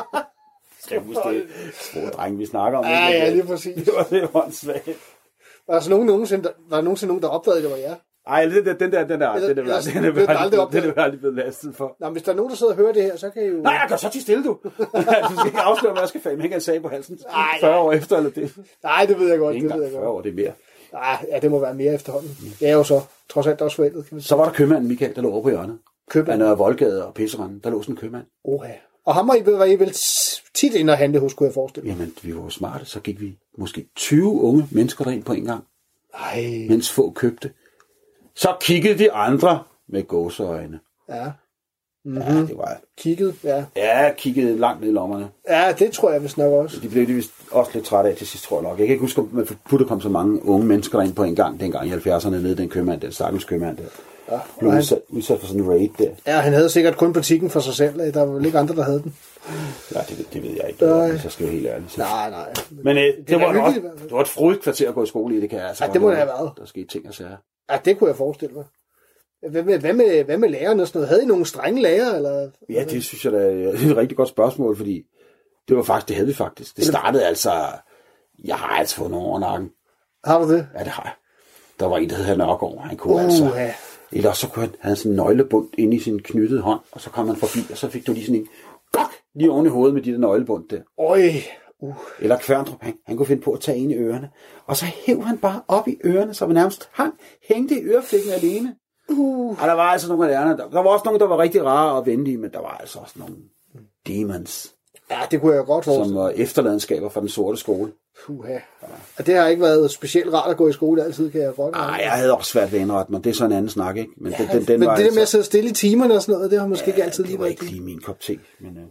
Skal jeg huske det? Små drenge, vi snakker om. Ja, ja, lige præcis. Det var det åndssvagt. Var der så nogen, nogensinde, der, var der nogensinde nogen, der opdagede, det var jer? Ej, den der, den der, den der, Eller- den der, eller- den der, blev den aldrig den opdaget? er aldrig blevet lastet for. Nå, hvis der er nogen, der sidder og hører det her, så kan I jo... Nej, jeg gør så til stille, du. Du skal ikke afsløre, hvad jeg skal fame. Ikke en sag på halsen Ej, fyrre år efter, eller det. Nej, det ved jeg godt, Ikke det ved jeg engang fyrre godt. år, det er mere. Nej, ja, det må være mere efterhånden. Det er jo så trods alt også forældet, kan man sige. Så var der købmanden Michael, der lå over på hjørnet. Købmand. Han er Voldgade og Pisseranden. Der lå sådan en købmand. Oha. Og ham var I, var I vel tit inde og handle hos, kunne jeg forestille mig. Jamen, vi var jo smarte. Så gik vi måske tyve unge mennesker derind på en gang, Ej, mens få købte. Så kiggede de andre med gåseøjne. ja. Mm-hmm. Ja, det var... Kigget, ja. Ja, kiggede langt ned i lommerne. Ja, det tror jeg vist nok også. De blev de vist også lidt trætte af til sidst, tror jeg nok. Jeg kan ikke huske, om man putte kom så mange unge mennesker derind på en gang, dengang i halvfjerdserne nede, den købmand, den stakkels købmand der. Ja, Blev og han, udsat, udsat for sådan en raid der. ja, han havde sikkert kun butikken for sig selv. Der var vel ikke andre, der havde den. Ja, det, det ved jeg ikke, det var, hvis jeg skal være helt ærlig. Så. Nej, nej. Men øh, det, det er var da også, hyggeligt i hvert fald. det var et frodigt kvarter at gå i skole i, det kan jeg altså Ja, godt det må love. det have været. Der skete ting og sager. Ja, det kunne jeg forestille mig. Hvad med, hvad med, hvad med lærerne og sådan noget? Havde I nogle strenge lærer? Eller? Ja, det synes jeg da er et rigtig godt spørgsmål, fordi det var faktisk, det havde vi faktisk. Det startede altså, jeg har altså fået nogle over nakken. Har du det? Ja, det har jeg. Der var en, der hed Herr Nørgaard. Han kunne Uh, altså... ja. Eller så kunne han have sådan en nøglebund inde i sin knyttede hånd, og så kom man forbi, og så fik du lige sådan en gok lige oven i hovedet med de der nøglebund der. Øj. Uh. Eller Kværndrup, han, han kunne finde på at tage en i ørerne. Og så hæv han bare op i ørerne, så man nærmest hang, hængte i øreflikken alene. Uh. Og der var altså nogle af lærerne, der, der var også nogle, der var rigtig rare og venlige, men der var altså også nogle demons, Ja, det kunne jeg godt forestille som mig. var efterladenskaber fra den sorte skole. Puha. Og det har ikke været specielt rart at gå i skole altid, kan jeg godt. Ej, jeg havde også svært ved at indrette mig. Det er så en anden snak, ikke? Men, Ja, den, den, den men var det der med altså, at sidde stille i timerne og sådan noget, det har måske ja, ikke altid det lige var været ikke det. lige min kop te, men øh,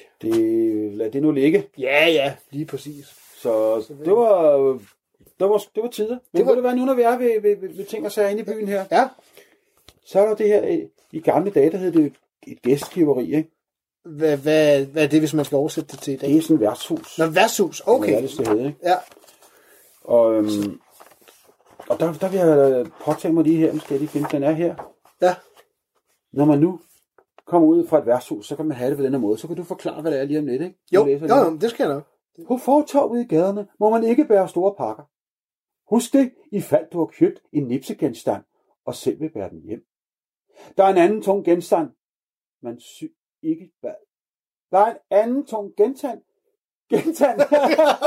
det, lad det nu ligge. Ja, ja, lige præcis. Så det var, det var, det var tider. Men Det var- ved du hvad, nu når vi er ved, ved, ved, ved ting og sager inde i byen her, Ja, så er der det her, øh, i gamle dage, der hed det et gæstgiveri, ikke? hvad, hvad, hvad er det, hvis man skal oversætte det til i dag? Det er sådan et værtshus. Nå, værtshus, Eller okay. hvad det skal hedde, ikke? Ja, Og, øhm, og der, der vil jeg påtage mig lige her, nu skal jeg lige finde, den er her. ja. Når man nu kommer ud fra et værtshus, så kan man have det på den her måde. Så kan du forklare, hvad det er lige om lidt, ikke? Jo, Du læser jo, lige. jo, det skal jeg nok. På fortovet i gaderne må man ikke bære store pakker. Husk det, i fald du har købt en nipsegenstand, og selv vil bære den hjem. Der er en anden tung genstand, man sy- ikke hvad? Der er en anden tung gentand. Gentand. Der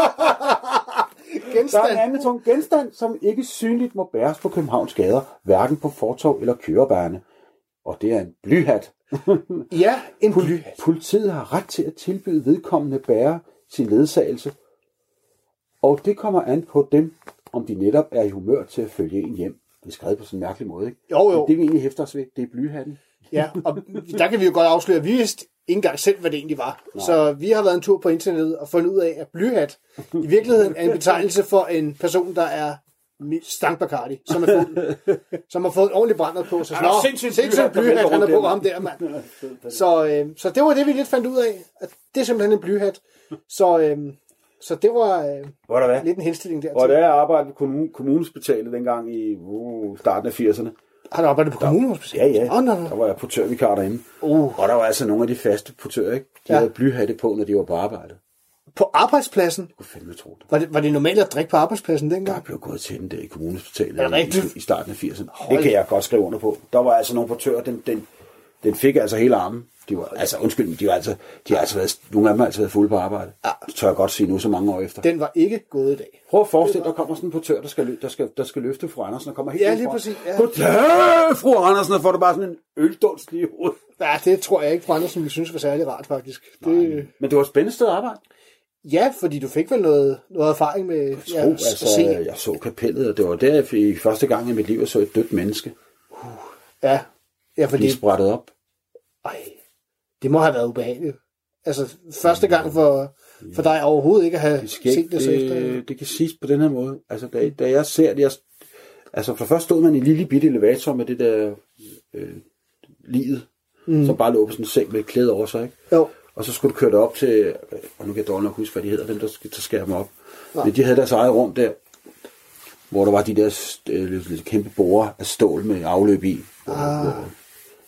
er en Genstand. anden tung genstand, som ikke synligt må bæres på Københavns gader, hverken på fortov eller kørebane. Og det er en blyhat. Ja, en Pol- blyhat. Politiet har ret til at tilbyde vedkommende bære sin ledsagelse, og det kommer an på dem, om de netop er i humør til at følge en hjem. Det er skrevet på sådan en mærkelig måde, ikke? Jo, jo. Men det vi egentlig hæfter os ved, det er blyhatten. Ja, og der kan vi jo godt afsløre, at vi vidste ikke engang selv, hvad det egentlig var. Nej. Så vi har været en tur på internettet og fundet ud af, at blyhat i virkeligheden er en betegnelse for en person, der er stankbacardi, som, er fuld, som har fået en ordentlig brænder på. Så Han har nå, sindssygt sindssygt blyhat, der blyhat, han vælter er på rundt ham der, mand. Så, øh, så det var det, vi lidt fandt ud af, at det er simpelthen en blyhat. Så, øh, så det var øh, Hvor er der lidt en henstilling Og dertil. da jeg arbejdede ved kommune, kommunhospitalet dengang i uh, starten af firserne. Har du arbejdet på kommunehospitalet? Ja, ja. Oh, no, no. Der var jeg portørvikar derinde. Uh. Og der var altså nogle af de faste portører, ikke? De Ja. havde blyhatte på, når de var på arbejde. På arbejdspladsen? Jeg kunne fandme tro det. Var det, var det normalt at drikke på arbejdspladsen dengang? Der blev gået til den der i kommunhospitalet Er det rigtigt? i, i starten af firserne. Hold. Det kan jeg godt skrive under på. Der var altså nogle portører, den, den, den fik altså hele armen. De var, altså, undskyld, men de var altså, de har altså været, nogle af dem har altså været fulde på arbejde. Ja. Det tør jeg godt sige nu, så mange år efter. Den var ikke gået i dag. Prøv at forestille dig, der kommer sådan en portør, der skal, lø- der skal, der skal løfte fru Andersen, og kommer helt Ja, ud lige fra. præcis, ja. Goddag, fru Andersen, og får du bare sådan en øldunst lige i hovedet. Ja, det tror jeg ikke, for andre, som ville synes var særlig rart, faktisk. Det, Men det var et spændende sted at arbejde. ja, fordi du fik vel noget, noget erfaring med Jeg, ja, tro, at altså, se. jeg så kapellet, og det var der, jeg fik første gang i mit liv, jeg så et dødt menneske Ja, ja, fordi blive sprættet op. ej, det må have været ubehageligt. Altså, første gang for, for dig overhovedet ikke at have Det, skal set ikke, det så efter. det, det kan siges på den her måde. Altså, da, da jeg ser det, jeg, altså for først stod man i en lille bitte elevator med det der øh, liget, mm. som bare lå på sådan en seng med et klæde over sig, ikke? Jo, Og så skulle du køre det op til, og nu kan jeg dårligt nok huske, hvad de hedder, dem der skal tage skærmen op. Nej. Men de havde deres eget rum der, hvor der var de der øh, kæmpe borer af stål med afløb i. Hvor, Ah. hvor,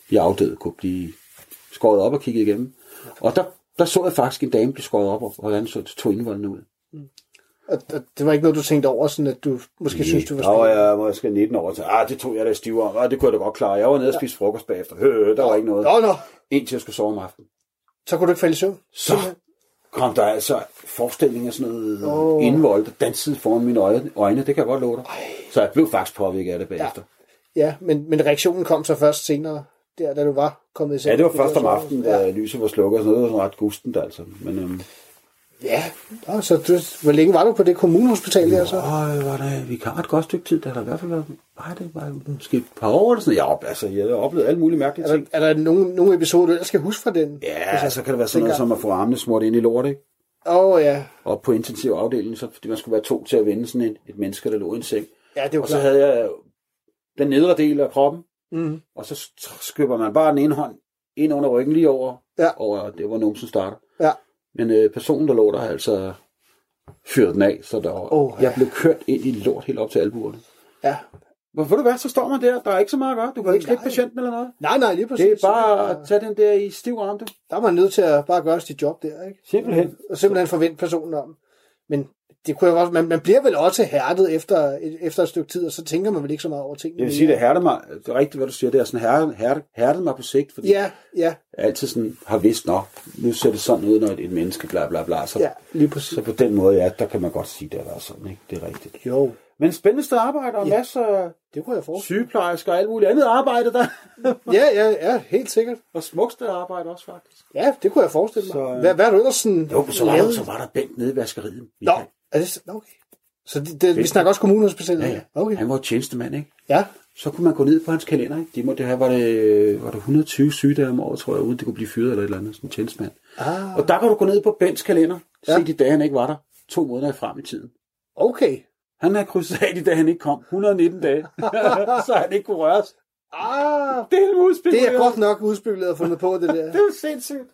de afdøde kunne blive skåret op og kigge igennem. Og der, der så jeg faktisk en dame blive skåret op, og hvordan så tog indvoldene ud. Mm. Og det var ikke noget, du tænkte over, sådan at du måske Nej, synes, du var spændende? Der var jeg måske nitten år, og tænkte, ah, det tog jeg da stiv om, ah, det kunne jeg da godt klare. Jeg var nede og spiste ja. frokost bagefter. Hø, der var ikke noget. Nå, nå. Indtil jeg skulle sove om aftenen. Så kunne du ikke falde i søvn? Så kom der altså forestillinger af sådan noget oh. indvold, der dansede foran mine øjne. Det kan jeg godt love dig. Så jeg blev faktisk påvirket af det bagefter. Ja, ja men, men reaktionen kom så først senere, der, da du var kommet i seng. Ja, det var først om aftenen, da ja. lyset var slukket og sådan noget. Det var sådan ret gustent, altså. Men, øhm, ja, Nå, så du, hvor længe var du på det kommunehospital der så? Åh, var det vikar et godt stykke tid, der har i hvert fald været, nej, det var måske et par år eller sådan noget. Ja, altså, jeg har oplevet alle mulige mærkelige ting. Er der, er der nogle, nogle episoder, du ellers skal huske fra den? Ja, altså, så kan det være sådan noget, som at få armene smurt ind i lort, ikke? Åh, oh, ja. Og på intensiv afdeling, så fordi man skulle være to til at vende sådan et, et menneske, der lå i en seng. Ja, det var og så havde jeg den nedre del af kroppen, mm. og så skubber man bare den ene hånd ind under ryggen lige over, ja. over det var numsen starter. Ja. Men øh, personen, der lå der, altså fyrede den af, så der, oh, ja. jeg blev kørt ind i lort helt op til albuerne. Ja. Hvorfor du hvad, så står man der, der er ikke så meget at gøre. Du kan ikke slippe patienten eller noget. Nej, nej, lige præcis. Det er bare at tage den der i stiv arm, du. Der er man nødt til at bare gøre sit job der, ikke? Simpelthen. Og simpelthen forvente personen om. Men det kunne jeg også, man, man bliver vel også hærdet efter, efter et stykke tid, og så tænker man vel ikke så meget over tingene. Jeg vil sige, det hærder mig, det er rigtigt, hvad du siger, det er sådan hærdet, hærdet, hærdet mig på sigt, fordi ja, ja. jeg altid sådan har vidst nok, nu ser det sådan ud, når et, et menneske bla bla bla, så, ja, lige præcis. Så på den måde, ja, der kan man godt sige, det er sådan, ikke? Det er rigtigt. Jo. Men spændende sted arbejde, og ja, masser af det kunne jeg forstå. Sygeplejersker og alt muligt andet arbejde der. ja, ja, ja, helt sikkert. Og smukt sted arbejde også, faktisk. Ja, det kunne jeg forestille mig. Så, hvad, hvad er du ellers sådan... Jo, så var, der, så var der Bent nede i vaskeriet. Nå, er det okay. Så det, det, vi snakker også kommunehospitalet? Ja, ja. Okay. Han var tjenestemand, ikke? Ja. Så kunne man gå ned på hans kalender, ikke? De må, det her var det, var det et hundrede og tyve sygedage om året, tror jeg, uden det kunne blive fyret eller et eller andet, sådan en tjenestemand. Ah. Og der kan du gå ned på Bents kalender, ja. se de dage, han ikke var der, to måneder frem i tiden. Okay. Han har krydset af de dage, han ikke kom, et hundrede og nitten dage, så han ikke kunne røres. Ah. Det er udspekuleret. Det er godt nok udspekuleret og fundet på det der. Det er sindssygt.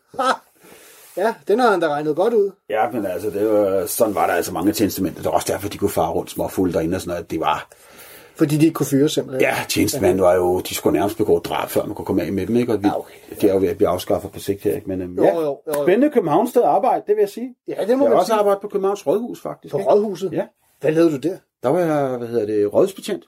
Ja, den har han da regnet godt ud. Ja, men altså, det var, sådan var der altså mange tjenestemænd. Det var også derfor, de kunne fare rundt småfulde derinde og sådan noget. Det var... Fordi de ikke kunne fyre simpelthen? Ja, tjenestemænd var jo... De skulle nærmest begå drab, før man kunne komme af med dem, ikke? Og vi, ja, okay. De er jo ved at blive afskaffet på sigt her, ikke? Men um, jo, ja, jo, jo, jo. Spændende Københavnssted arbejde, det vil jeg sige. Ja, det må jeg man også sige. arbejdet på Københavns Rådhus, faktisk. På ikke? Rådhuset? Ja. Hvad lavede du der? Der var jeg, hvad hedder det, rådsbetjent.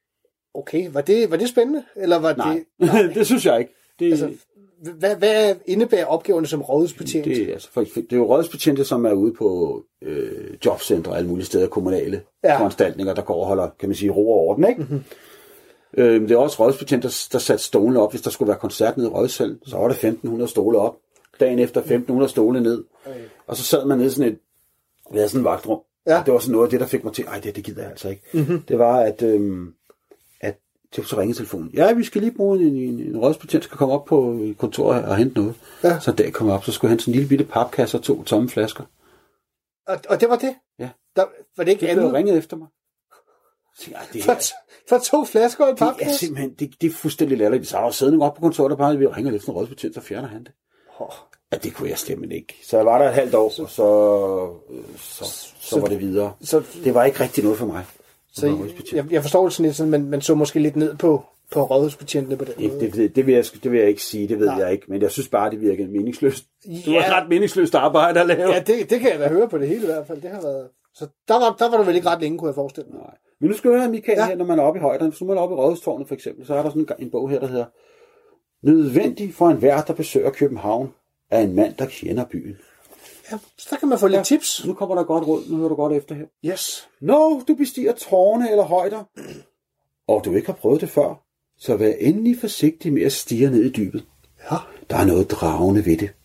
Okay, var det, var det spændende? Eller var Nej, det... Nej, det synes jeg ikke. Det... Altså, hvad, hvad indebærer opgaverne som rådsbetjent? Det, altså, for, det er jo rådsbetjente, som er ude på øh, jobcentre og alle mulige steder, kommunale ja. foranstaltninger, der går og holder, kan man sige, ro og orden, ikke? Mm-hmm. Øh, det er også rådsbetjente, der, der satte stolene op, hvis der skulle være koncert nede i rådhussalen. Så var der femten hundrede stole op. Dagen efter femten hundrede stole ned. Okay. Og så sad man nede i sådan et, vi havde sådan et vagtrum. Ja. Og det var sådan noget af det, der fik mig til, ej, det, det gider jeg altså ikke. Mm-hmm. Det var, at, øhm, at det så ringede telefonen. Ja, vi skal lige bruge en, en, en rådsbetjent, skal komme op på kontoret og hente noget. Ja. Så dag kom op, så skulle han sådan en lille bitte papkasse og to tomme flasker. Og, og det var det? Ja. Der, var det ikke det andet? blev ringet efter mig. Så, ej, det for, er, for to flasker og en papkasse? Det er simpelthen, det, det er fuldstændig latterligt. Så var der siddende op på kontoret, der bare, vi ringer efter en rådsbetjent, så fjerner han det. Oh. Ja, det kunne jeg simpelthen ikke. Så jeg var der et halvt år, så, og så, så, så, så var det videre. Så, det var ikke rigtig noget for mig. Så jeg, jeg forstår det sådan lidt, sådan, man, man så måske lidt ned på, på rådhusbetjentene på den ikke, måde. Det, det, vil jeg, det vil jeg ikke sige, det ved Nej. jeg ikke, men jeg synes bare, det virker meningsløst. Du ja. har ret meningsløst arbejde at lave. Ja, det, det kan jeg da høre på det hele i hvert fald. Det har været... Så der var, der var du vel ikke ret længe, kunne jeg forestille mig. Nej. Men nu skal du høre, Michael, ja. her, når man er oppe i højderne. Så nu er man oppe i Rådhustårnet for eksempel, så er der sådan en, en bog her, der hedder Nødvendig for enhver, der besøger København, er en mand, der kender byen. Ja, så der kan man få lidt ja, tips. Nu kommer der godt råd, nu hører du godt efter her. Yes. Når du bestiger tårne eller højder, og du ikke har prøvet det før, så vær endelig forsigtig med at stige ned i dybet. Ja. Der er noget dragende ved det.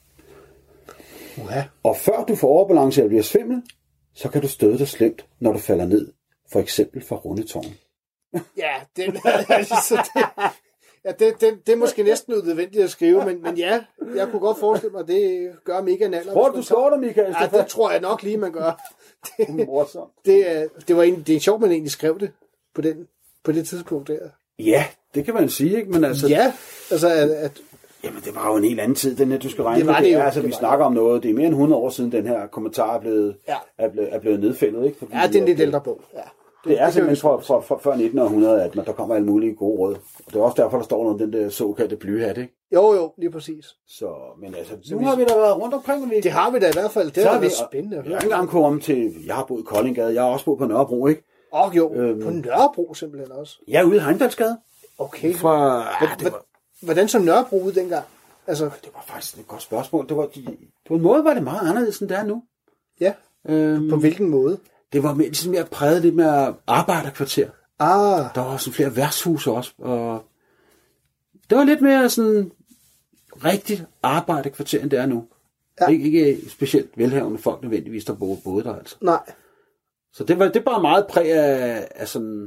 Ja. Og før du får overbalance eller bliver svimmel, så kan du støde dig slemt, når du falder ned. For eksempel fra rundetårn. Ja, det, altså, det, ja det, det, det er måske næsten nødvendigt at skrive, men, men ja, jeg kunne godt forestille mig, at det gør mega naller. Tror du, du slår dig, Michael? Ja, det tror jeg nok lige, man gør. Det, det, det, var en, det er sjovt, man egentlig skrev det på, den, på det tidspunkt der. Ja, det kan man sige, ikke? Men altså, ja, altså at... at jamen, det var jo en helt anden tid, den her, du skal regne det var det, det jo. Altså, det vi snakker det. om noget, det er mere end hundrede år siden, den her kommentar er blevet, ja. er blevet, er blevet nedfældet, ikke? Fordi, ja, det er en lidt ældre bog, ja. Det, det er det simpelthen fra, fra, fra før nitten hundrede, at der kommer alle mulige gode råd. Og det er også derfor, der står noget om den der såkaldte blyhat, ikke? Jo, jo, lige præcis. Så, men altså, nu vi, har vi da været rundt omkring. Vi, det har vi da i hvert fald. Det er spændende. Jeg har ikke engang kommet om til, jeg har boet i Koldinggade, jeg har også boet på Nørrebro, ikke? Åh oh, jo, øhm, på Nørrebro simpelthen også. Ja, ude i Heimdalsgade. Okay. Fra, ja, det var, hvordan så Nørrebro ud dengang? Altså, det var faktisk et godt spørgsmål. Det var, de, på en måde var det meget anderledes, end det er nu. Ja, øhm, på hvilken måde? Det var mere, ligesom mere præget lidt mere arbejderkvarter. Ah. Der var sådan flere værtshuse også. Og det var lidt mere sådan rigtigt arbejderkvarter, end det er nu. Ja. Ikke, ikke specielt velhavende folk nødvendigvis, der boede, boede der altså. Nej. Så det var det bare meget præg af, af sådan,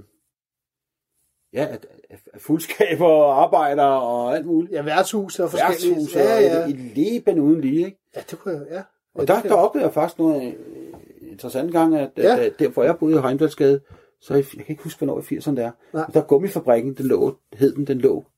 ja, af, af fuldskaber og arbejdere og alt muligt. Ja, værtshus og forskellige. Værtshus ja, ja. og i leben uden lige, ikke? Ja, det kunne jeg, ja. Og ja, der, der oplevede jeg faktisk noget interessant gang, at, ja. at der hvor jeg boede i Heimdalsgade, så jeg, jeg kan ikke huske, hvornår i firserne det er. Nej. Der gummifabrikken, den lå, hed den, den lå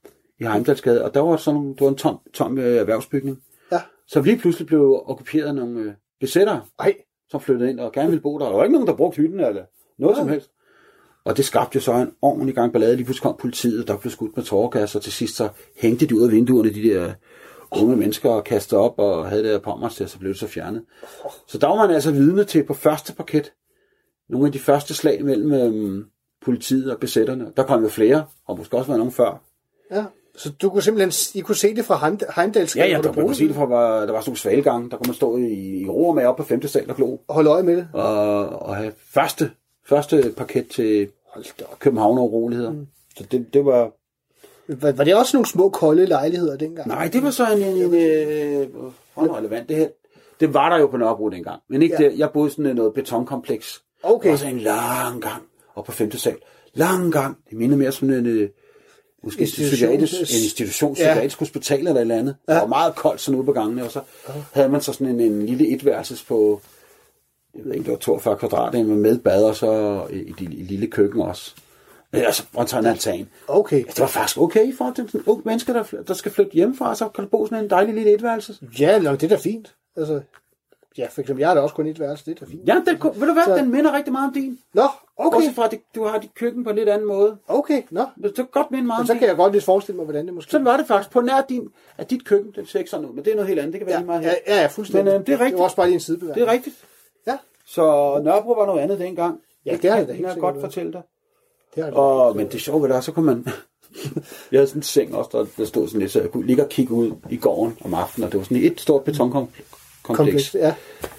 i Heimdalsgade, og der var sådan det var en tom, tom øh, erhvervsbygning. Ja. Så lige pludselig blev okkuperet af nogle øh, besættere, Ej. som flyttede ind og gerne ville bo der. Der var ikke nogen, der brugte hytten eller noget ja. som helst. Og det skabte jo så en ordentlig gang ballade. Lige pludselig kom politiet, der blev skudt med tåregas, og til sidst så hængte de ud af vinduerne, de der unge mennesker, og kastede op og havde det der pommers til, så blev det så fjernet. Så der var man altså vidne til på første parket nogle af de første slag mellem øhm, politiet og besætterne. Der kom jo flere, og måske også var nogen før. Ja, så du kunne simpelthen I kunne se det fra Heimdalsgade? Ja, ja, der, der kunne se det fra, var, der var sådan nogle svalgange, der kunne man stå i, i ro med op på femte sal og glo. Og holde øje med det. Og, og have første, første parket til København og roligheder. Mm. Så det, det var... Var, var det også nogle små, kolde lejligheder dengang? Nej, det var så en... en, en øh, relevant. Det, her, det var der jo på Nørrebro dengang. Men ikke ja. der. Jeg boede sådan noget betonkompleks. Okay. Det var så en lang gang op på femte sal. Lang gang. Det minder mere som en... Øh, måske institution, en institution, psykiatrisk ja. hospital eller et eller andet. Ja. Det var meget koldt sådan ude på gangene. Og så ja. havde man så sådan en, en lille etværelses på... Jeg ved ikke, det var toogfyrre kvadrat med bad og så i det lille køkken også. Altså, og så en altan. Okay. Ja, det var faktisk okay for den unge mennesker, der, der skal flytte hjemmefra, så kan du bo sådan en dejlig lille etværelse. Ja, det er da fint. Altså, ja, for eksempel, jeg har da også kun et værelse, det er da fint. Ja, den, ved du hvad, så... den minder rigtig meget om din. Nå, okay. Også fra, at du har dit køkken på en lidt anden måde. Okay, nå. Det er godt minde meget om så kan jeg godt lidt forestille mig, hvordan det måske... Sådan var det faktisk. På nær din, at dit køkken, det ser ikke sådan ud, men det er noget helt andet. Det kan være ja, lige meget her. Ja, ja, fuldstændig. Men øh, det er rigtigt. Det var også bare lige en sidebevægelse. Det er rigtigt. Ja. Så Nørrebro var noget andet dengang. Ja, det er det da helt sikkert. Jeg godt fortælle dig. Det det og, men det sjove ved det, så kunne man... jeg havde sådan en seng også, der, der stod sådan lidt, så jeg kunne ligge og kigge ud i gården om aftenen, og det var sådan et stort betonkompleks. Ja.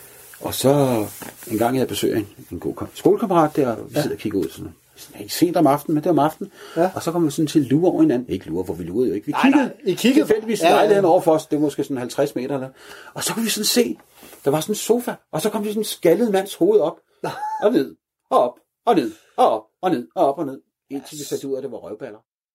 Og så en gang jeg besøgte en, en god skolekammerat der, og vi ja. sidder og kigger ud sådan, sådan ikke sent om aftenen, men det er om aftenen, ja. og så kom vi sådan til at lure over hinanden. Ikke lure, for vi lurede jo ikke. Vi kiggede, nej, nej. I kiggede tilfældigvis ja, lejligheden over for os, det var måske sådan halvtreds meter eller. Og så kunne vi sådan se, der var sådan en sofa, og så kom der sådan en skaldet mands hoved op, og ned, og op, og ned, og op, og ned, og op, og ned. Indtil vi fandt ud af, at det var røvballer.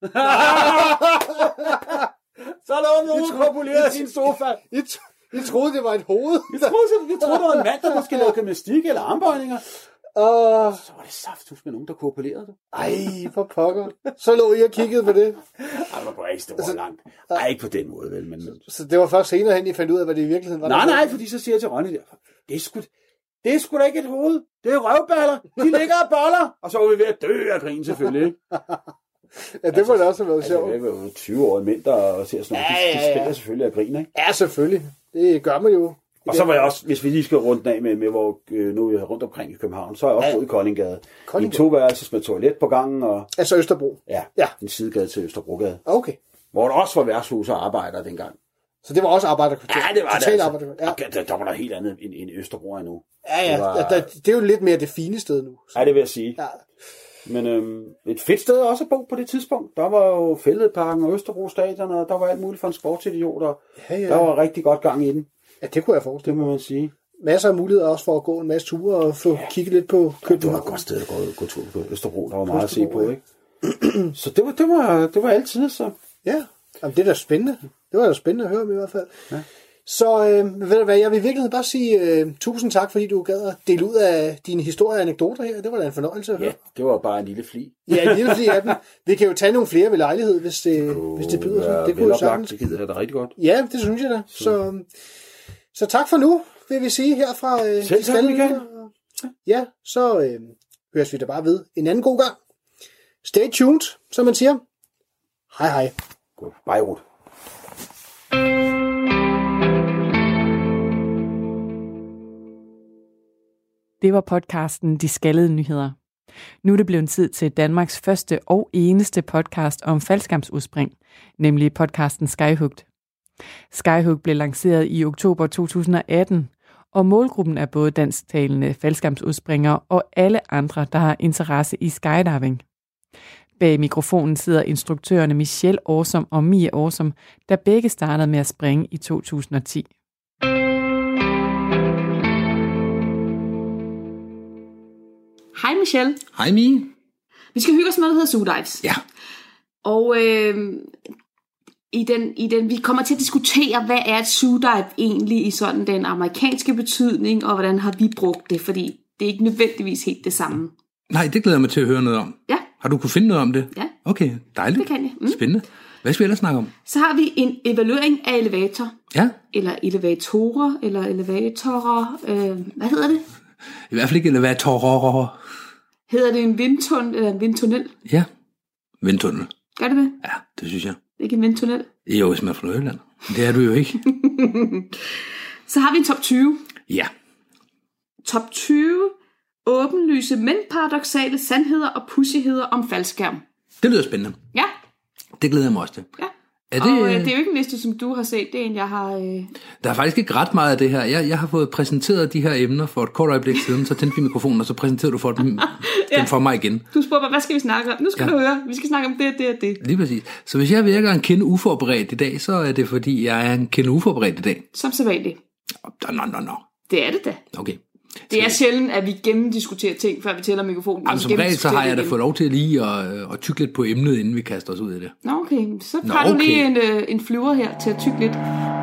Så lå nogen kopuleret i sin sofa. I, I troede, det var et hoved. Vi troede, vi troede, det var en mand, der måske lavede gymnastik eller armbøjninger. Uh, så var det safthus med nogen, der kopulerede det. Ej, for pokker. Så lå I og kiggede på det. Ej, det var ikke det var langt. Ej, ikke på den måde, vel. Men... Så det var først senere hen, I fandt ud af, hvad det i virkeligheden var? Nej, nej, fordi så siger jeg til Ronny der, det er sgu, det er sgu da ikke et hoved. Det er røvballer. De ligger og boller. Og så var vi ved at dø af grin, selvfølgelig. Ja, det må da også have været sjovt. Altså, det var jo tyve år mindre og ser sådan noget. Ja, ja, ja. De spiller selvfølgelig af grin, ikke? Ja, selvfølgelig. Det gør man jo. Og så var jeg også, hvis vi lige skal rundt af med, med hvor øh, nu er jeg rundt omkring i København, så er jeg også ja. boet i Koldinggade. I en toværelses med toilet på gangen. Og, altså Østerbro? Ja, ja, en sidegade til Østerbrogade. Okay. Hvor der også var værtshus og arbejdere dengang. Så det var også arbejderkvarter? Ja, det var Total det altså. Ja. Der, der, der var der helt andet end, end Østerbro endnu. Ja, ja. Det, var, ja der, det er jo lidt mere det fine sted nu. Så. Ja, det vil jeg sige. Ja. Men øhm, et fedt sted også at bo på det tidspunkt. Der var jo Fælledparken og Østerbro Stadion, og der var alt muligt for en sportsidiot, og ja, ja. Der var rigtig godt gang i den. Ja, det kunne jeg forestille mig. Det må man sige. Masser af muligheder også for at gå en masse ture og få ja. kigget lidt på København. Ja, det var et godt sted at gå, gå tur på Østerbro. Der var meget Østerbro, at se på, ikke? Så det var, det var, det var altid så. Ja, jamen, det er da spændende. Det var da spændende at høre om i hvert fald. Ja. Så øh, ved du hvad, jeg vil i virkeligheden bare sige øh, tusind tak, fordi du gad at dele ud af dine historier og anekdoter her. Det var da en fornøjelse at høre. Ja, det var bare en lille fli. Ja, en lille fli af den. Vi kan jo tage nogle flere ved lejlighed, hvis det, oh, hvis det byder sig. Ja, det kunne jo sagtens. Det gider jeg da rigtig godt. Ja, det synes jeg da. Så, så, så tak for nu, vil vi sige her fra øh, Selv tak, Michael. Ja, så øh, høres vi da bare ved en anden god gang. Stay tuned, som man siger. Hej hej. God Beirut. Det var podcasten De Skaldede Nyheder. Nu er det blevet tid til Danmarks første og eneste podcast om faldskærmsudspring, nemlig podcasten Skyhooked. Skyhooked blev lanceret i oktober to tusind og atten, og målgruppen er både dansktalende faldskærmsudspringere og alle andre, der har interesse i skydiving. Bag mikrofonen sidder instruktørerne Michelle Awesome og Mia Awesome, der begge startede med at springe i to tusind og ti. Hej Michelle. Hej Mie. Vi skal hygge os med, der hedder Zoodives. Ja. Og øh, i, den, i den, vi kommer til at diskutere, hvad er et zoodive egentlig i sådan den amerikanske betydning, og hvordan har vi brugt det, fordi det er ikke nødvendigvis helt det samme. Nej, det glæder mig til at høre noget om. Ja. Har du kunne finde noget om det? Ja. Okay, dejligt. Det kan jeg. Mm. Spændende. Hvad skal vi ellers snakke om? Så har vi en evaluering af elevator. Ja. Eller elevatorer, eller elevatorer. Øh, hvad hedder det? I hvert fald ikke elevatorer. Hedder det en vindtunnel eller en vindtunnel? Ja, vindtunnel. Gør det det? Ja, det synes jeg. Ikke en vindtunnel? Jo, hvis man er fra Nordjylland. Det er du jo ikke. Så har vi en top tyve. Ja. Top tyve åbenlyse, men paradoksale sandheder og pussigheder om faldskærm. Det lyder spændende. Ja. Det glæder jeg mig også til. Ja. Er det, og øh, det er jo ikke en liste, som du har set. Det er en, jeg har... Øh... Der er faktisk ikke ret meget af det her. Jeg, jeg har fået præsenteret de her emner for et kort øjeblik siden, så tændte vi mikrofonen, og så præsenterede du for dem, ja. dem for mig igen. Du spurgte mig, hvad skal vi snakke om? Nu skal ja. du høre. Vi skal snakke om det, det og det. Lige præcis. Så hvis jeg virker en kende uforberedt i dag, så er det fordi, jeg er en kende uforberedt i dag. Som sædvanligt. Nå, nå, nå. Det er det da. Okay. Det er sjældent, at vi gennemdiskuterer ting, før vi tæller mikrofonen. Jamen, som regel, så har jeg da fået lov til lige at, at tykke lidt på emnet, inden vi kaster os ud i det. Nå, okay. Så tager okay. du lige en, en flyver her til at tykke lidt.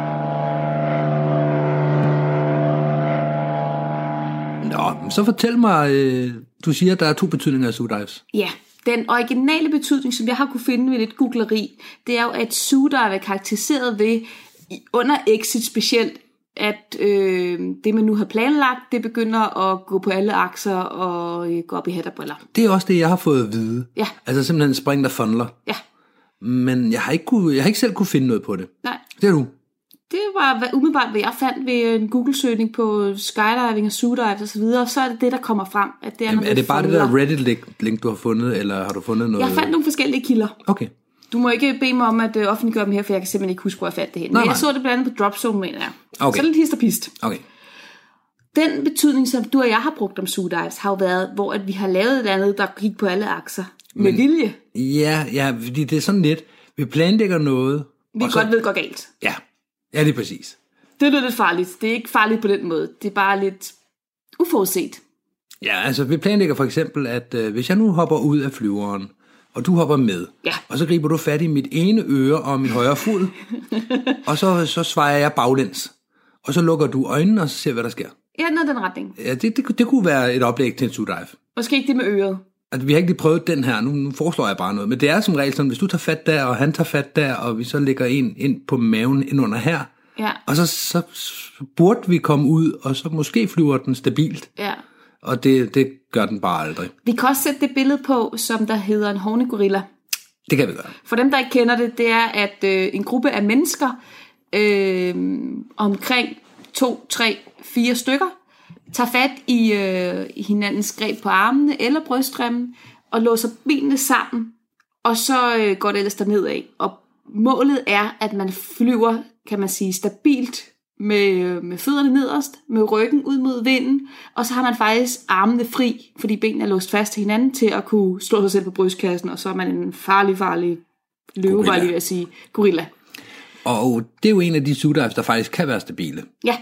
Nå, så fortæl mig, du siger, at der er to betydninger af zoodives. Ja, den originale betydning, som jeg har kunne finde ved lidt googleri, det er jo, at zoodive er karakteriseret ved, under exit specielt, at øh, det, man nu har planlagt, det begynder at gå på alle akser og øh, gå op i hat og briller. Det er også det, jeg har fået at vide. Ja. Altså simpelthen en spring, der funnler. Ja. Men jeg har, ikke kunne, jeg har ikke selv kunne finde noget på det. Nej. Det er du. Det var umiddelbart, hvad jeg fandt ved en Google-søgning på skydiving og zoodives og så videre, så er det det, der kommer frem. At det er, Jamen, er det bare funnler. Det der Reddit-link, du har fundet, eller har du fundet noget? Jeg fandt nogle forskellige kilder. Okay. Du må ikke bede mig om at uh, offentliggøre dem her, for jeg kan simpelthen ikke huske, hvor jeg fandt det hen. Men jeg så det blandt andet på Dropzone, mener jeg. Okay. Så lidt hist og pist. Okay. Den betydning, som du og jeg har brugt om zoodives, har jo været, hvor at vi har lavet et eller andet, der gik på alle akser. Med Men, vilje. Ja, ja, fordi det er sådan lidt, vi planlægger noget. Vi godt så, ved går galt. Ja, ja, det er præcis. Det er lidt farligt. Det er ikke farligt på den måde. Det er bare lidt uforudset. Ja, altså vi planlægger for eksempel, at øh, hvis jeg nu hopper ud af flyveren, og du hopper med, ja. og så griber du fat i mit ene øre og min højre fod, og så, så svejer jeg baglæns, og så lukker du øjnene, og så ser hvad der sker. Ja, noget den retning. Ja, det, det, det kunne være et oplæg til en zoodive. Måske ikke det med øret. Altså, vi har ikke lige prøvet den her, nu, nu foreslår jeg bare noget, men det er som regel sådan, hvis du tager fat der, og han tager fat der, og vi så lægger en ind på maven ind under her, ja. og så, så, så burde vi komme ud, og så måske flyver den stabilt. Ja. Og det, det gør den bare aldrig. Vi kan også sætte det billede på, som der hedder en hornegorilla. Det kan vi gøre. For dem, der ikke kender det, det er, at øh, en gruppe af mennesker, øh, omkring to, tre, fire stykker, tager fat i, øh, i hinandens greb på armene eller bryststrømmen, og låser benene sammen, og så øh, går det ellers dernedad. Og målet er, at man flyver, kan man sige, stabilt, Med, med fødderne nederst, med ryggen ud mod vinden, og så har man faktisk armene fri, fordi benene er låst fast til hinanden, til at kunne slå sig selv på brystkassen, og så er man en farlig, farlig løve, var jeg lige ved at sige, gorilla. Og det er jo en af de zoodives, der faktisk kan være stabile. Ja.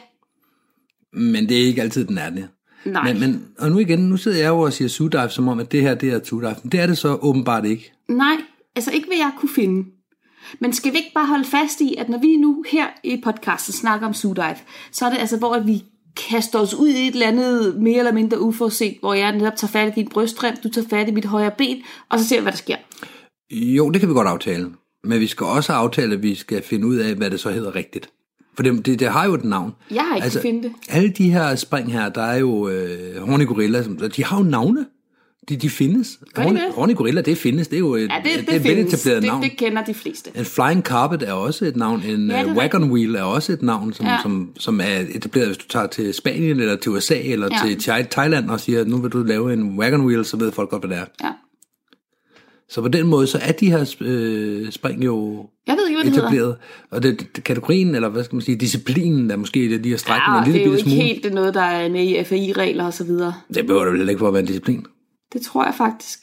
Men det er ikke altid, den er det. Nej. Men, men, og nu igen, nu sidder jeg jo og siger zoodive, som om, at det her, det er zoodive. Det er det så åbenbart ikke. Nej, altså ikke hvad jeg kunne finde. Men skal vi ikke bare holde fast i, at når vi nu her i podcasten snakker om zoodive, så er det altså, hvor vi kaster os ud i et eller andet mere eller mindre uforudset, hvor jeg netop tager fat i din bryststrøm, du tager fat i mit højre ben, og så ser vi, hvad der sker. Jo, det kan vi godt aftale. Men vi skal også aftale, at vi skal finde ud af, hvad det så hedder rigtigt. For det, det, det har jo et navn. Jeg har ikke altså, finde det. Alle de her spring her, der er jo øh, hornegorilla, de har jo navne. De, de findes. Horny gorilla, det findes. Det er jo et, ja, det, det, det er findes. veletableret navn. Det, det kender de fleste. En flying carpet er også et navn. En ja, uh, wagon wheel er også et navn, som, ja. som, som er etableret, hvis du tager til Spanien, eller til U S A, eller ja. til Thailand, og siger, nu vil du lave en wagon wheel, så ved folk godt, hvad det er. Ja. Så på den måde, så er de her øh, spring jo jeg ved ikke, hvad det etableret. Hedder. Og det, det, kategorien, eller hvad skal man sige, disciplinen, der måske det, de her strækninger ja, en lille det er jo ikke smule. helt det noget, der er med i F A I-regler og så videre. Det behøver det vel ikke for at være en disciplin? Det tror jeg faktisk.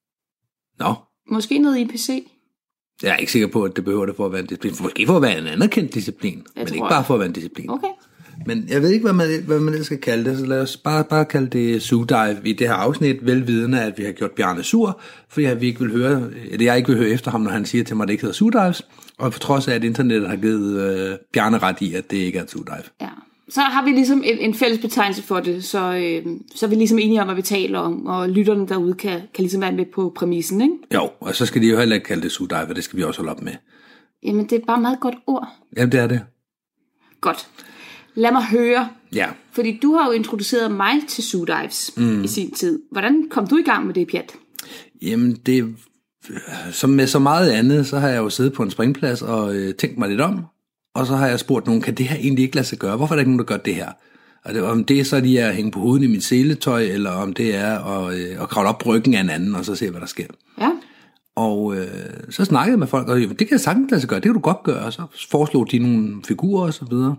Nå. Måske noget I P C. Jeg er ikke sikker på, at det behøver det for at være en disciplin. Måske for at være en anerkendt disciplin, jeg men ikke jeg. bare for at være en disciplin. Okay. Men jeg ved ikke, hvad man, hvad man skal kalde det, så lad os bare, bare kalde det Zoodive i det her afsnit, velvidende, at vi har gjort Bjarne sur, fordi vi ikke vil høre, eller jeg ikke vil høre efter ham, når han siger til mig, at det ikke hedder Zoodives, og på trods af, at internettet har givet øh, Bjarne ret i, at det ikke er Zoodive. Ja. Så har vi ligesom en, en fælles betegnelse for det, så, øh, så er vi ligesom enige om, hvad vi taler om, og lytterne derude kan, kan ligesom være med på præmissen, ikke? Jo, og så skal de jo heller ikke kalde det Zoodive, og det skal vi også holde op med. Jamen, det er bare et meget godt ord. Jamen, det er det. Godt. Lad mig høre, ja. fordi du har jo introduceret mig til Zoodives mm. i sin tid. Hvordan kom du i gang med det, Pjat? Jamen, det, som med så meget andet, så har jeg jo siddet på en springplads og øh, tænkt mig lidt om, og så har jeg spurgt nogen, kan det her egentlig ikke lade sig gøre? Hvorfor er der ikke nogen, der gør det her? Og det, om det er så lige at hænge på hovedet i mit seletøj, eller om det er at, øh, at kravle op på ryggen af en anden, og så se, hvad der sker. Ja. Og øh, så snakkede jeg med folk, og det kan jeg sagtens lade sig gøre, det kan du godt gøre, og så foreslog de nogle figurer og så videre.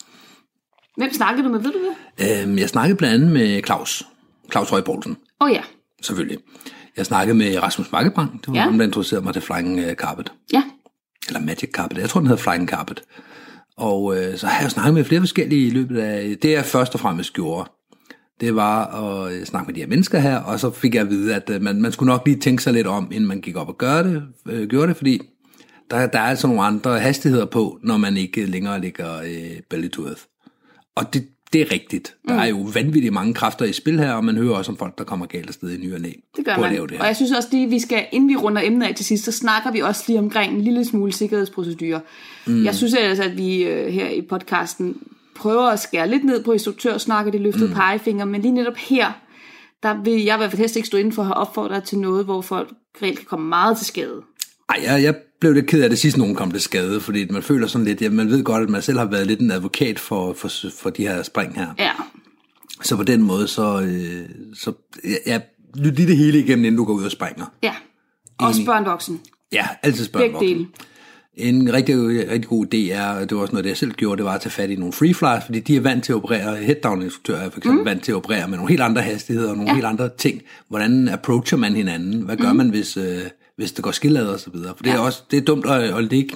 Hvem snakkede du med, ved du det? Øhm, jeg snakkede blandt andet med Claus. Claus Høje Poulsen. Åh oh, ja. Selvfølgelig. Jeg snakkede med Rasmus Makkebrang. Det var ja. ham, der introducerede mig til Flying Carpet. Ja. Eller Magic Carpet. Jeg tror, den hedder Flying Carpet. Og øh, så har jeg snakket med flere forskellige i løbet af... Det jeg først og fremmest gjorde, det var at snakke med de her mennesker her, og så fik jeg at vide, at øh, man, man skulle nok lige tænke sig lidt om, inden man gik op og gøre det, øh, gjorde det, fordi der, der er altså nogle andre hastigheder på, når man ikke længere ligger øh, belly to earth. Og det, det er rigtigt. Der mm. er jo vanvittigt mange kræfter i spil her, og man hører også om folk, der kommer galt afsted i ny og næ. Det gør man. Det og jeg synes også lige, vi skal, inden vi runder emnet af til sidst, så snakker vi også lige omkring en lille smule sikkerhedsprocedure. Mm. Jeg synes altså, at vi øh, her i podcasten prøver at skære lidt ned på instruktørsnakke, det løftede mm. pegefinger, men lige netop her, der vil jeg i hvert fald helst ikke stå inden for at have opfordret til noget, hvor folk reelt kan komme meget til skade. Ej, jeg, jeg blev lidt ked af det sidste, nogen kom til skade, fordi man føler sådan lidt, ja, man ved godt, at man selv har været lidt en advokat for, for, for de her spring her. Ja. Så på den måde, så, øh, så ja, lyt lige det hele igennem, inden du går ud og springer. Ja, og spørg en voksen. Ja, altid spørg en voksen. En rigtig, rigtig god idé er, og det var også noget, det jeg selv gjorde, det var at tage fat i nogle freeflyers, fordi de er vant til at operere, head-down-instruktører er for eksempel mm. vant til at operere med nogle helt andre hastigheder og nogle ja. helt andre ting. Hvordan approacher man hinanden? Hvad gør mm. man, hvis... Øh, hvis det går skildret og så videre. For det er ja. også det er dumt at, at ligge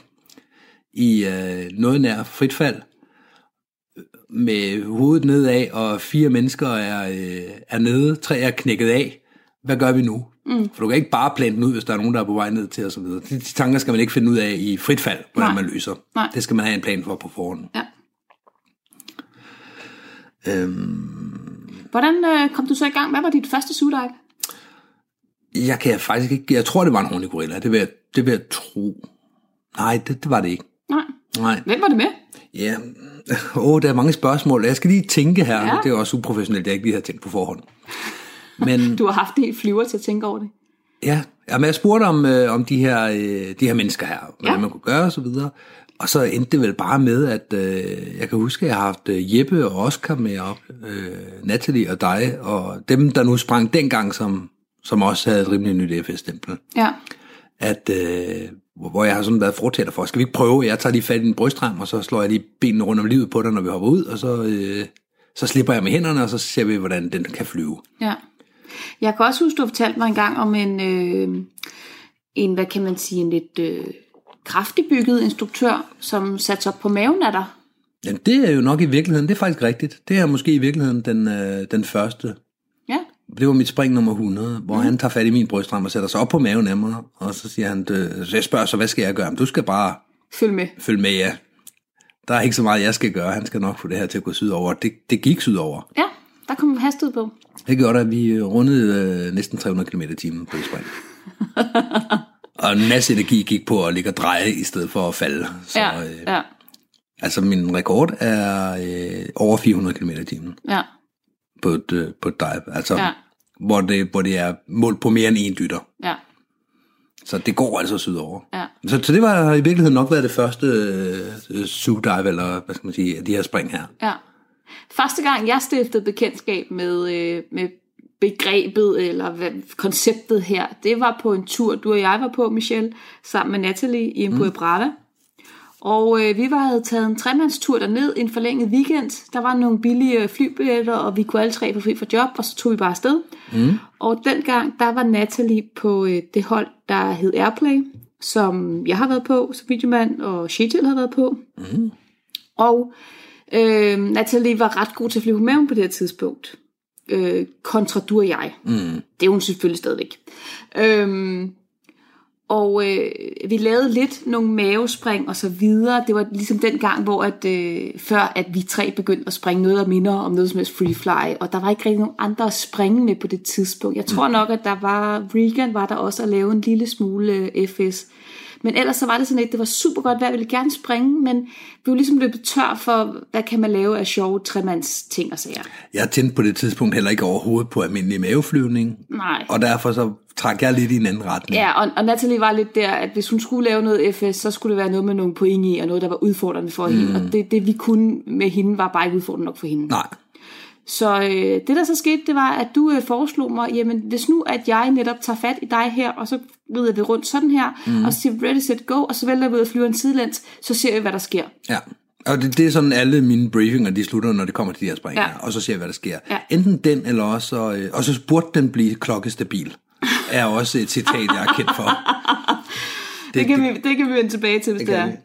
i øh, noget nær frit fald med hovedet nedad, og fire mennesker er, øh, er nede, tre er knækket af. Hvad gør vi nu? Mm. For du kan ikke bare plante den ud, hvis der er nogen, der er på vej ned til og så videre. De, de tanker skal man ikke finde ud af i frit fald, hvordan Nej. man løser. Nej. Det skal man have en plan for på forhånd. Ja. Øhm. Hvordan øh, kom du så i gang? Hvad var dit første zoodive? Jeg kan faktisk ikke... Jeg tror, det var en horny gorilla. Det vil jeg, det vil jeg tro. Nej, det, det var det ikke. Nej. Nej. Hvem var det med? Ja, åh, der er mange spørgsmål. Jeg skal lige tænke her. Ja. Det er også uprofessionelt, jeg ikke lige har tænkt på forhånd. Men, du har haft det helt flyver til at tænke over det. Ja, ja, men jeg spurgte om, øh, om de, her, øh, de her mennesker her, hvordan ja. man kunne gøre og så videre. Og så endte det vel bare med, at øh, jeg kan huske, at jeg har haft øh, Jeppe og Oscar med op, øh, Natalie og dig, og dem, der nu sprang dengang, som, som også havde et rimelig nyt F S-stempel. Ja. At, øh, hvor jeg har sådan været fortæller for, skal vi ikke prøve? Jeg tager lige fat i en brystram, og så slår jeg lige benene rundt om livet på dig, når vi hopper ud, og så, øh, så slipper jeg med hænderne, og så ser vi, hvordan den kan flyve. Ja. Jeg kan også huske, du fortalte mig en gang om en, øh, en hvad kan man sige, en lidt øh, kraftig bygget instruktør, som satte sig op på maven af dig. Jamen, det er jo nok i virkeligheden, det er faktisk rigtigt. Det er måske i virkeligheden den, øh, den første. Ja. Det var mit spring nummer hundrede, hvor mm. han tager fat i min brystram og sætter sig op på maven af mig, og så siger han, så jeg spørger så, hvad skal jeg gøre? Men du skal bare følge med. Følg med, ja. Der er ikke så meget, jeg skal gøre. Han skal nok få det her til at gå sydover. Det, det gik sydover. Ja, der kom hastighed på. Det gjorde at vi rundede øh, næsten tre hundrede kilometer i timen på et spring. Og en masse energi gik på at ligge og dreje, i stedet for at falde. Så, ja, øh, ja. Altså, min rekord er øh, over fire hundrede kilometer i timen. Ja. På et, øh, på et dive. Altså, ja. hvor det, hvor det er målt på mere end en dytter. Ja. Så det går altså sydover. Ja. Så, så det var i virkeligheden nok været det første øh, zoo dive, eller hvad skal man sige, de her spring her. Ja. Første gang jeg stiftede bekendtskab med, øh, med begrebet eller hvad, konceptet her, det var på en tur, du og jeg var på, Michelle, sammen med Natalie i Empure mm. Brava. Og øh, vi var, havde taget en tremandstur derned, en forlænget weekend. Der var nogle billige flybilletter, og vi kunne alle tre få fri fra job, og så tog vi bare afsted. Mm. Og dengang, der var Natalie på øh, det hold, der hed Airplay, som jeg har været på som videomand, og Shetil har været på. Mm. Og øh, Natalie var ret god til at flyve med mig på det her tidspunkt. Øh, kontra du og jeg. Mm. Det er hun selvfølgelig stadigvæk. Øh, Og øh, vi lavede lidt nogle mavespring og så videre. Det var ligesom den gang, hvor at, øh, før at vi tre begyndte at springe noget, der minder om noget som helst free fly. Og der var ikke rigtig nogen andre at springe med på det tidspunkt. Jeg tror nok, at der var, Regan var der også at lave en lille smule øh, F S. Men ellers så var det sådan et, det var super godt vejr, jeg ville gerne springe, men vi var ligesom løbet tør for, hvad kan man lave af sjove tremands ting og sager. Jeg tændte på det tidspunkt heller ikke overhovedet på almindelig maveflyvning. Nej. Og derfor så trak jeg lidt i en anden retning. Ja, og, og Natalie var lidt der, at hvis hun skulle lave noget F S, så skulle det være noget med nogle point i, og noget, der var udfordrende for mm. hende. Og det, det vi kunne med hende, var bare ikke udfordrende nok for hende. Nej. Så øh, det der så skete, det var, at du øh, foreslog mig, jamen hvis nu, at jeg netop tager fat i dig her, og så rider vi rundt sådan her, mm. og så siger ready, set, go, og så vælger vi ud og flyver en sidelæns, så ser vi, hvad der sker. Ja, og det, det er sådan alle mine briefinger, de slutter, når det kommer til de her spring, ja. Og så ser vi, hvad der sker. Ja. Enten den, eller også, øh, og så burde den blive klokkestabil, er også et citat, jeg er kendt for. det, det, kan vi, det kan vi vende tilbage til, hvis det, det er.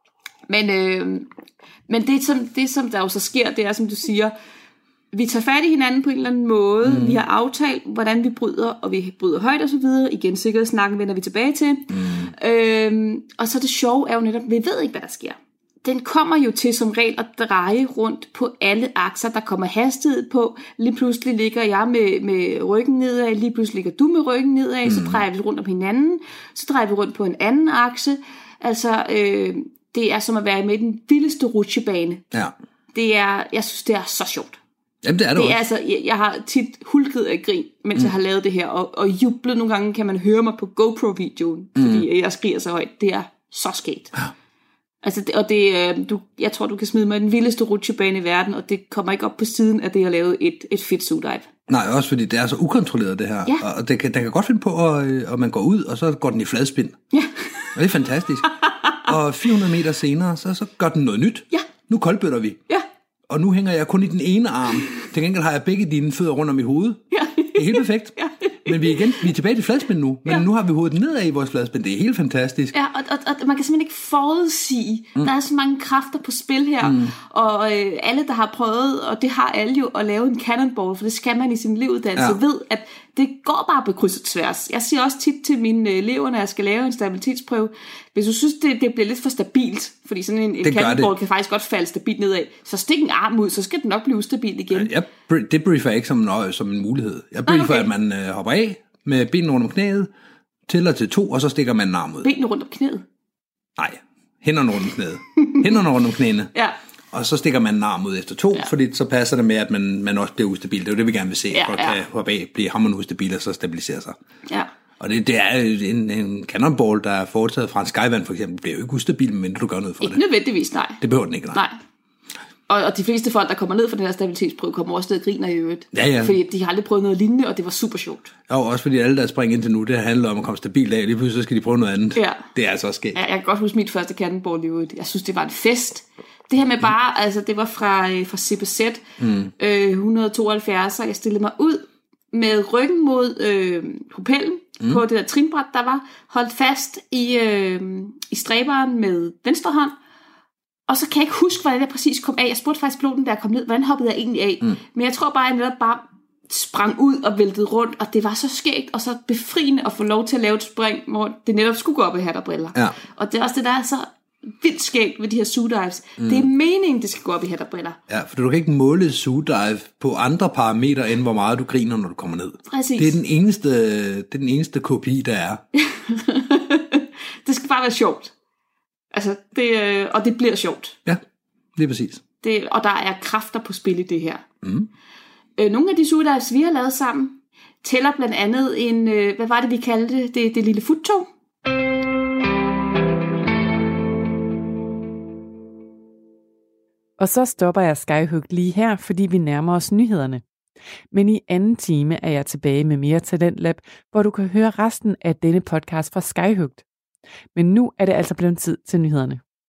Men, øh, men det, som, det, som der jo så sker, det er, som du siger, vi tager fat i hinanden på en eller anden måde. Mm. Vi har aftalt, hvordan vi bryder, og vi bryder højt og så videre. Igen, sikkerhedssnakken vender vi tilbage til. Mm. Øhm, og så det sjove er jo netop, vi ved ikke, hvad der sker. Den kommer jo til som regel at dreje rundt på alle akser, der kommer hastighed på. Lige pludselig ligger jeg med, med ryggen nedad, lige pludselig ligger du med ryggen nedad, mm. så drejer vi rundt om hinanden, så drejer vi rundt på en anden akse. Altså, øh, det er som at være med i den vildeste rutsjebane. Ja. Det er, jeg synes, det er så sjovt. Jamen, det er det, det er altså, jeg, jeg har tit hulket af grin, mens mm. jeg har lavet det her, og, og jublet nogle gange, kan man høre mig på GoPro-videoen, fordi mm. jeg skriger så højt. Det er så skægt. Ja. Altså, det, og det, du, jeg tror, du kan smide mig i den vildeste rutsjebane i verden, og det kommer ikke op på siden af det at lave et, et fedt zoo dive. Nej, også fordi det er så ukontrolleret det her, ja. Og det kan, den kan godt finde på, at, at man går ud, og så går den i fladspind. Ja. Og det er fantastisk. Og fire hundrede meter senere, så, så gør den noget nyt. Ja. Nu koldbøtter vi. Ja. Og nu hænger jeg kun i den ene arm. Til gengæld har jeg begge dine fødder rundt om mit hoved. Ja. Det er helt perfekt. Ja. Men vi er, igen, vi er tilbage til fladspind nu. Men ja. Nu har vi hovedet nedad i vores fladspind. Det er helt fantastisk. Ja, og, og, og man kan simpelthen ikke forudsige. Mm. Der er så mange kræfter på spil her. Mm. Og øh, alle, der har prøvet, og det har alle jo, at lave en cannonball, for det skal man i sin livuddannelse, ja. Ved, at det går bare på kryds og tværs. Jeg siger også tit til mine elever, når jeg skal lave en stabilitetsprøve, hvis du synes, det, det bliver lidt for stabilt, fordi sådan en, en cannonball kan faktisk godt falde stabilt nedad, så stik en arm ud, så skal den nok blive ustabil igen. Ja, jeg, det briefer ikke som en, som en mulighed. Jeg briefer, okay. At man øh, hopper af med benene rundt om knæet, tæller til to, og så stikker man en arm ud. Benene rundt om knæet? Nej, hænderne rundt om knæet. Hænderne rundt om knæene. Ja. Og så stikker man en arm ud efter to, ja. Fordi så passer det med, at man, man også bliver ustabil. Det er jo det, vi gerne vil se, ja, for at ja. Kan hoppe af, blive hammerende ustabil, og så stabilisere sig. Ja. Og det, det er en, en cannonball, der er foretaget fra en Skyvan for eksempel, bliver jo ikke ustabil, men du gør noget for ikke det. Ikke nødvendigvis, nej. Det behøver den ikke, nej. nej. Og, og de fleste folk, der kommer ned fra den her stabilitetsprøve, kommer også ned og griner i øvrigt. Ja, ja. Fordi de har aldrig prøvet noget lignende, og det var super sjovt. Og også fordi alle, der springer indtil nu, det handler om at komme stabilt af. Lige pludselig så skal de prøve noget andet. Ja. Det er altså også skægt. Ja, jeg kan godt huske mit første cannonball i øvrigt. Jeg synes, det var en fest. Det her med bare, mm. altså det var fra, fra C B Z, mm. øh, et hundrede og tooghalvfjerds, og jeg stillede mig ud med ryggen mod øh, propellen mm. på det der trinbræt, der var holdt fast i, øh, i stræberen med venstre hånd. Og så kan jeg ikke huske, hvordan jeg præcis kom af. Jeg spurgte faktisk piloten, da jeg kom ned, hvordan hoppede jeg egentlig af? Mm. Men jeg tror bare, at jeg netop bare sprang ud og væltede rundt, og det var så skægt og så befriende at få lov til at lave et spring, hvor det netop skulle gå op i hat og briller. Ja. Og det er også det, der er så vildt skægt ved de her zoo dives. Mm. Det er meningen, det skal gå op i hat og briller. Ja, for du kan ikke måle zoo dive på andre parametre, end hvor meget du griner, når du kommer ned. Præcis. Det er den eneste, det er den eneste kopi, der er. Det skal bare være sjovt. Altså, det, øh, og det bliver sjovt. Ja, det er præcis. Det, og der er kræfter på spil i det her. Mm. Øh, nogle af de zoo dives, vi har lavet sammen, tæller blandt andet en, øh, hvad var det, vi kaldte det, det, det lille futtog. Og så stopper jeg Skyhugt lige her, fordi vi nærmer os nyhederne. Men i anden time er jeg tilbage med mere Talentlab, hvor du kan høre resten af denne podcast fra Skyhugt. Men nu er det altså blevet tid til nyhederne.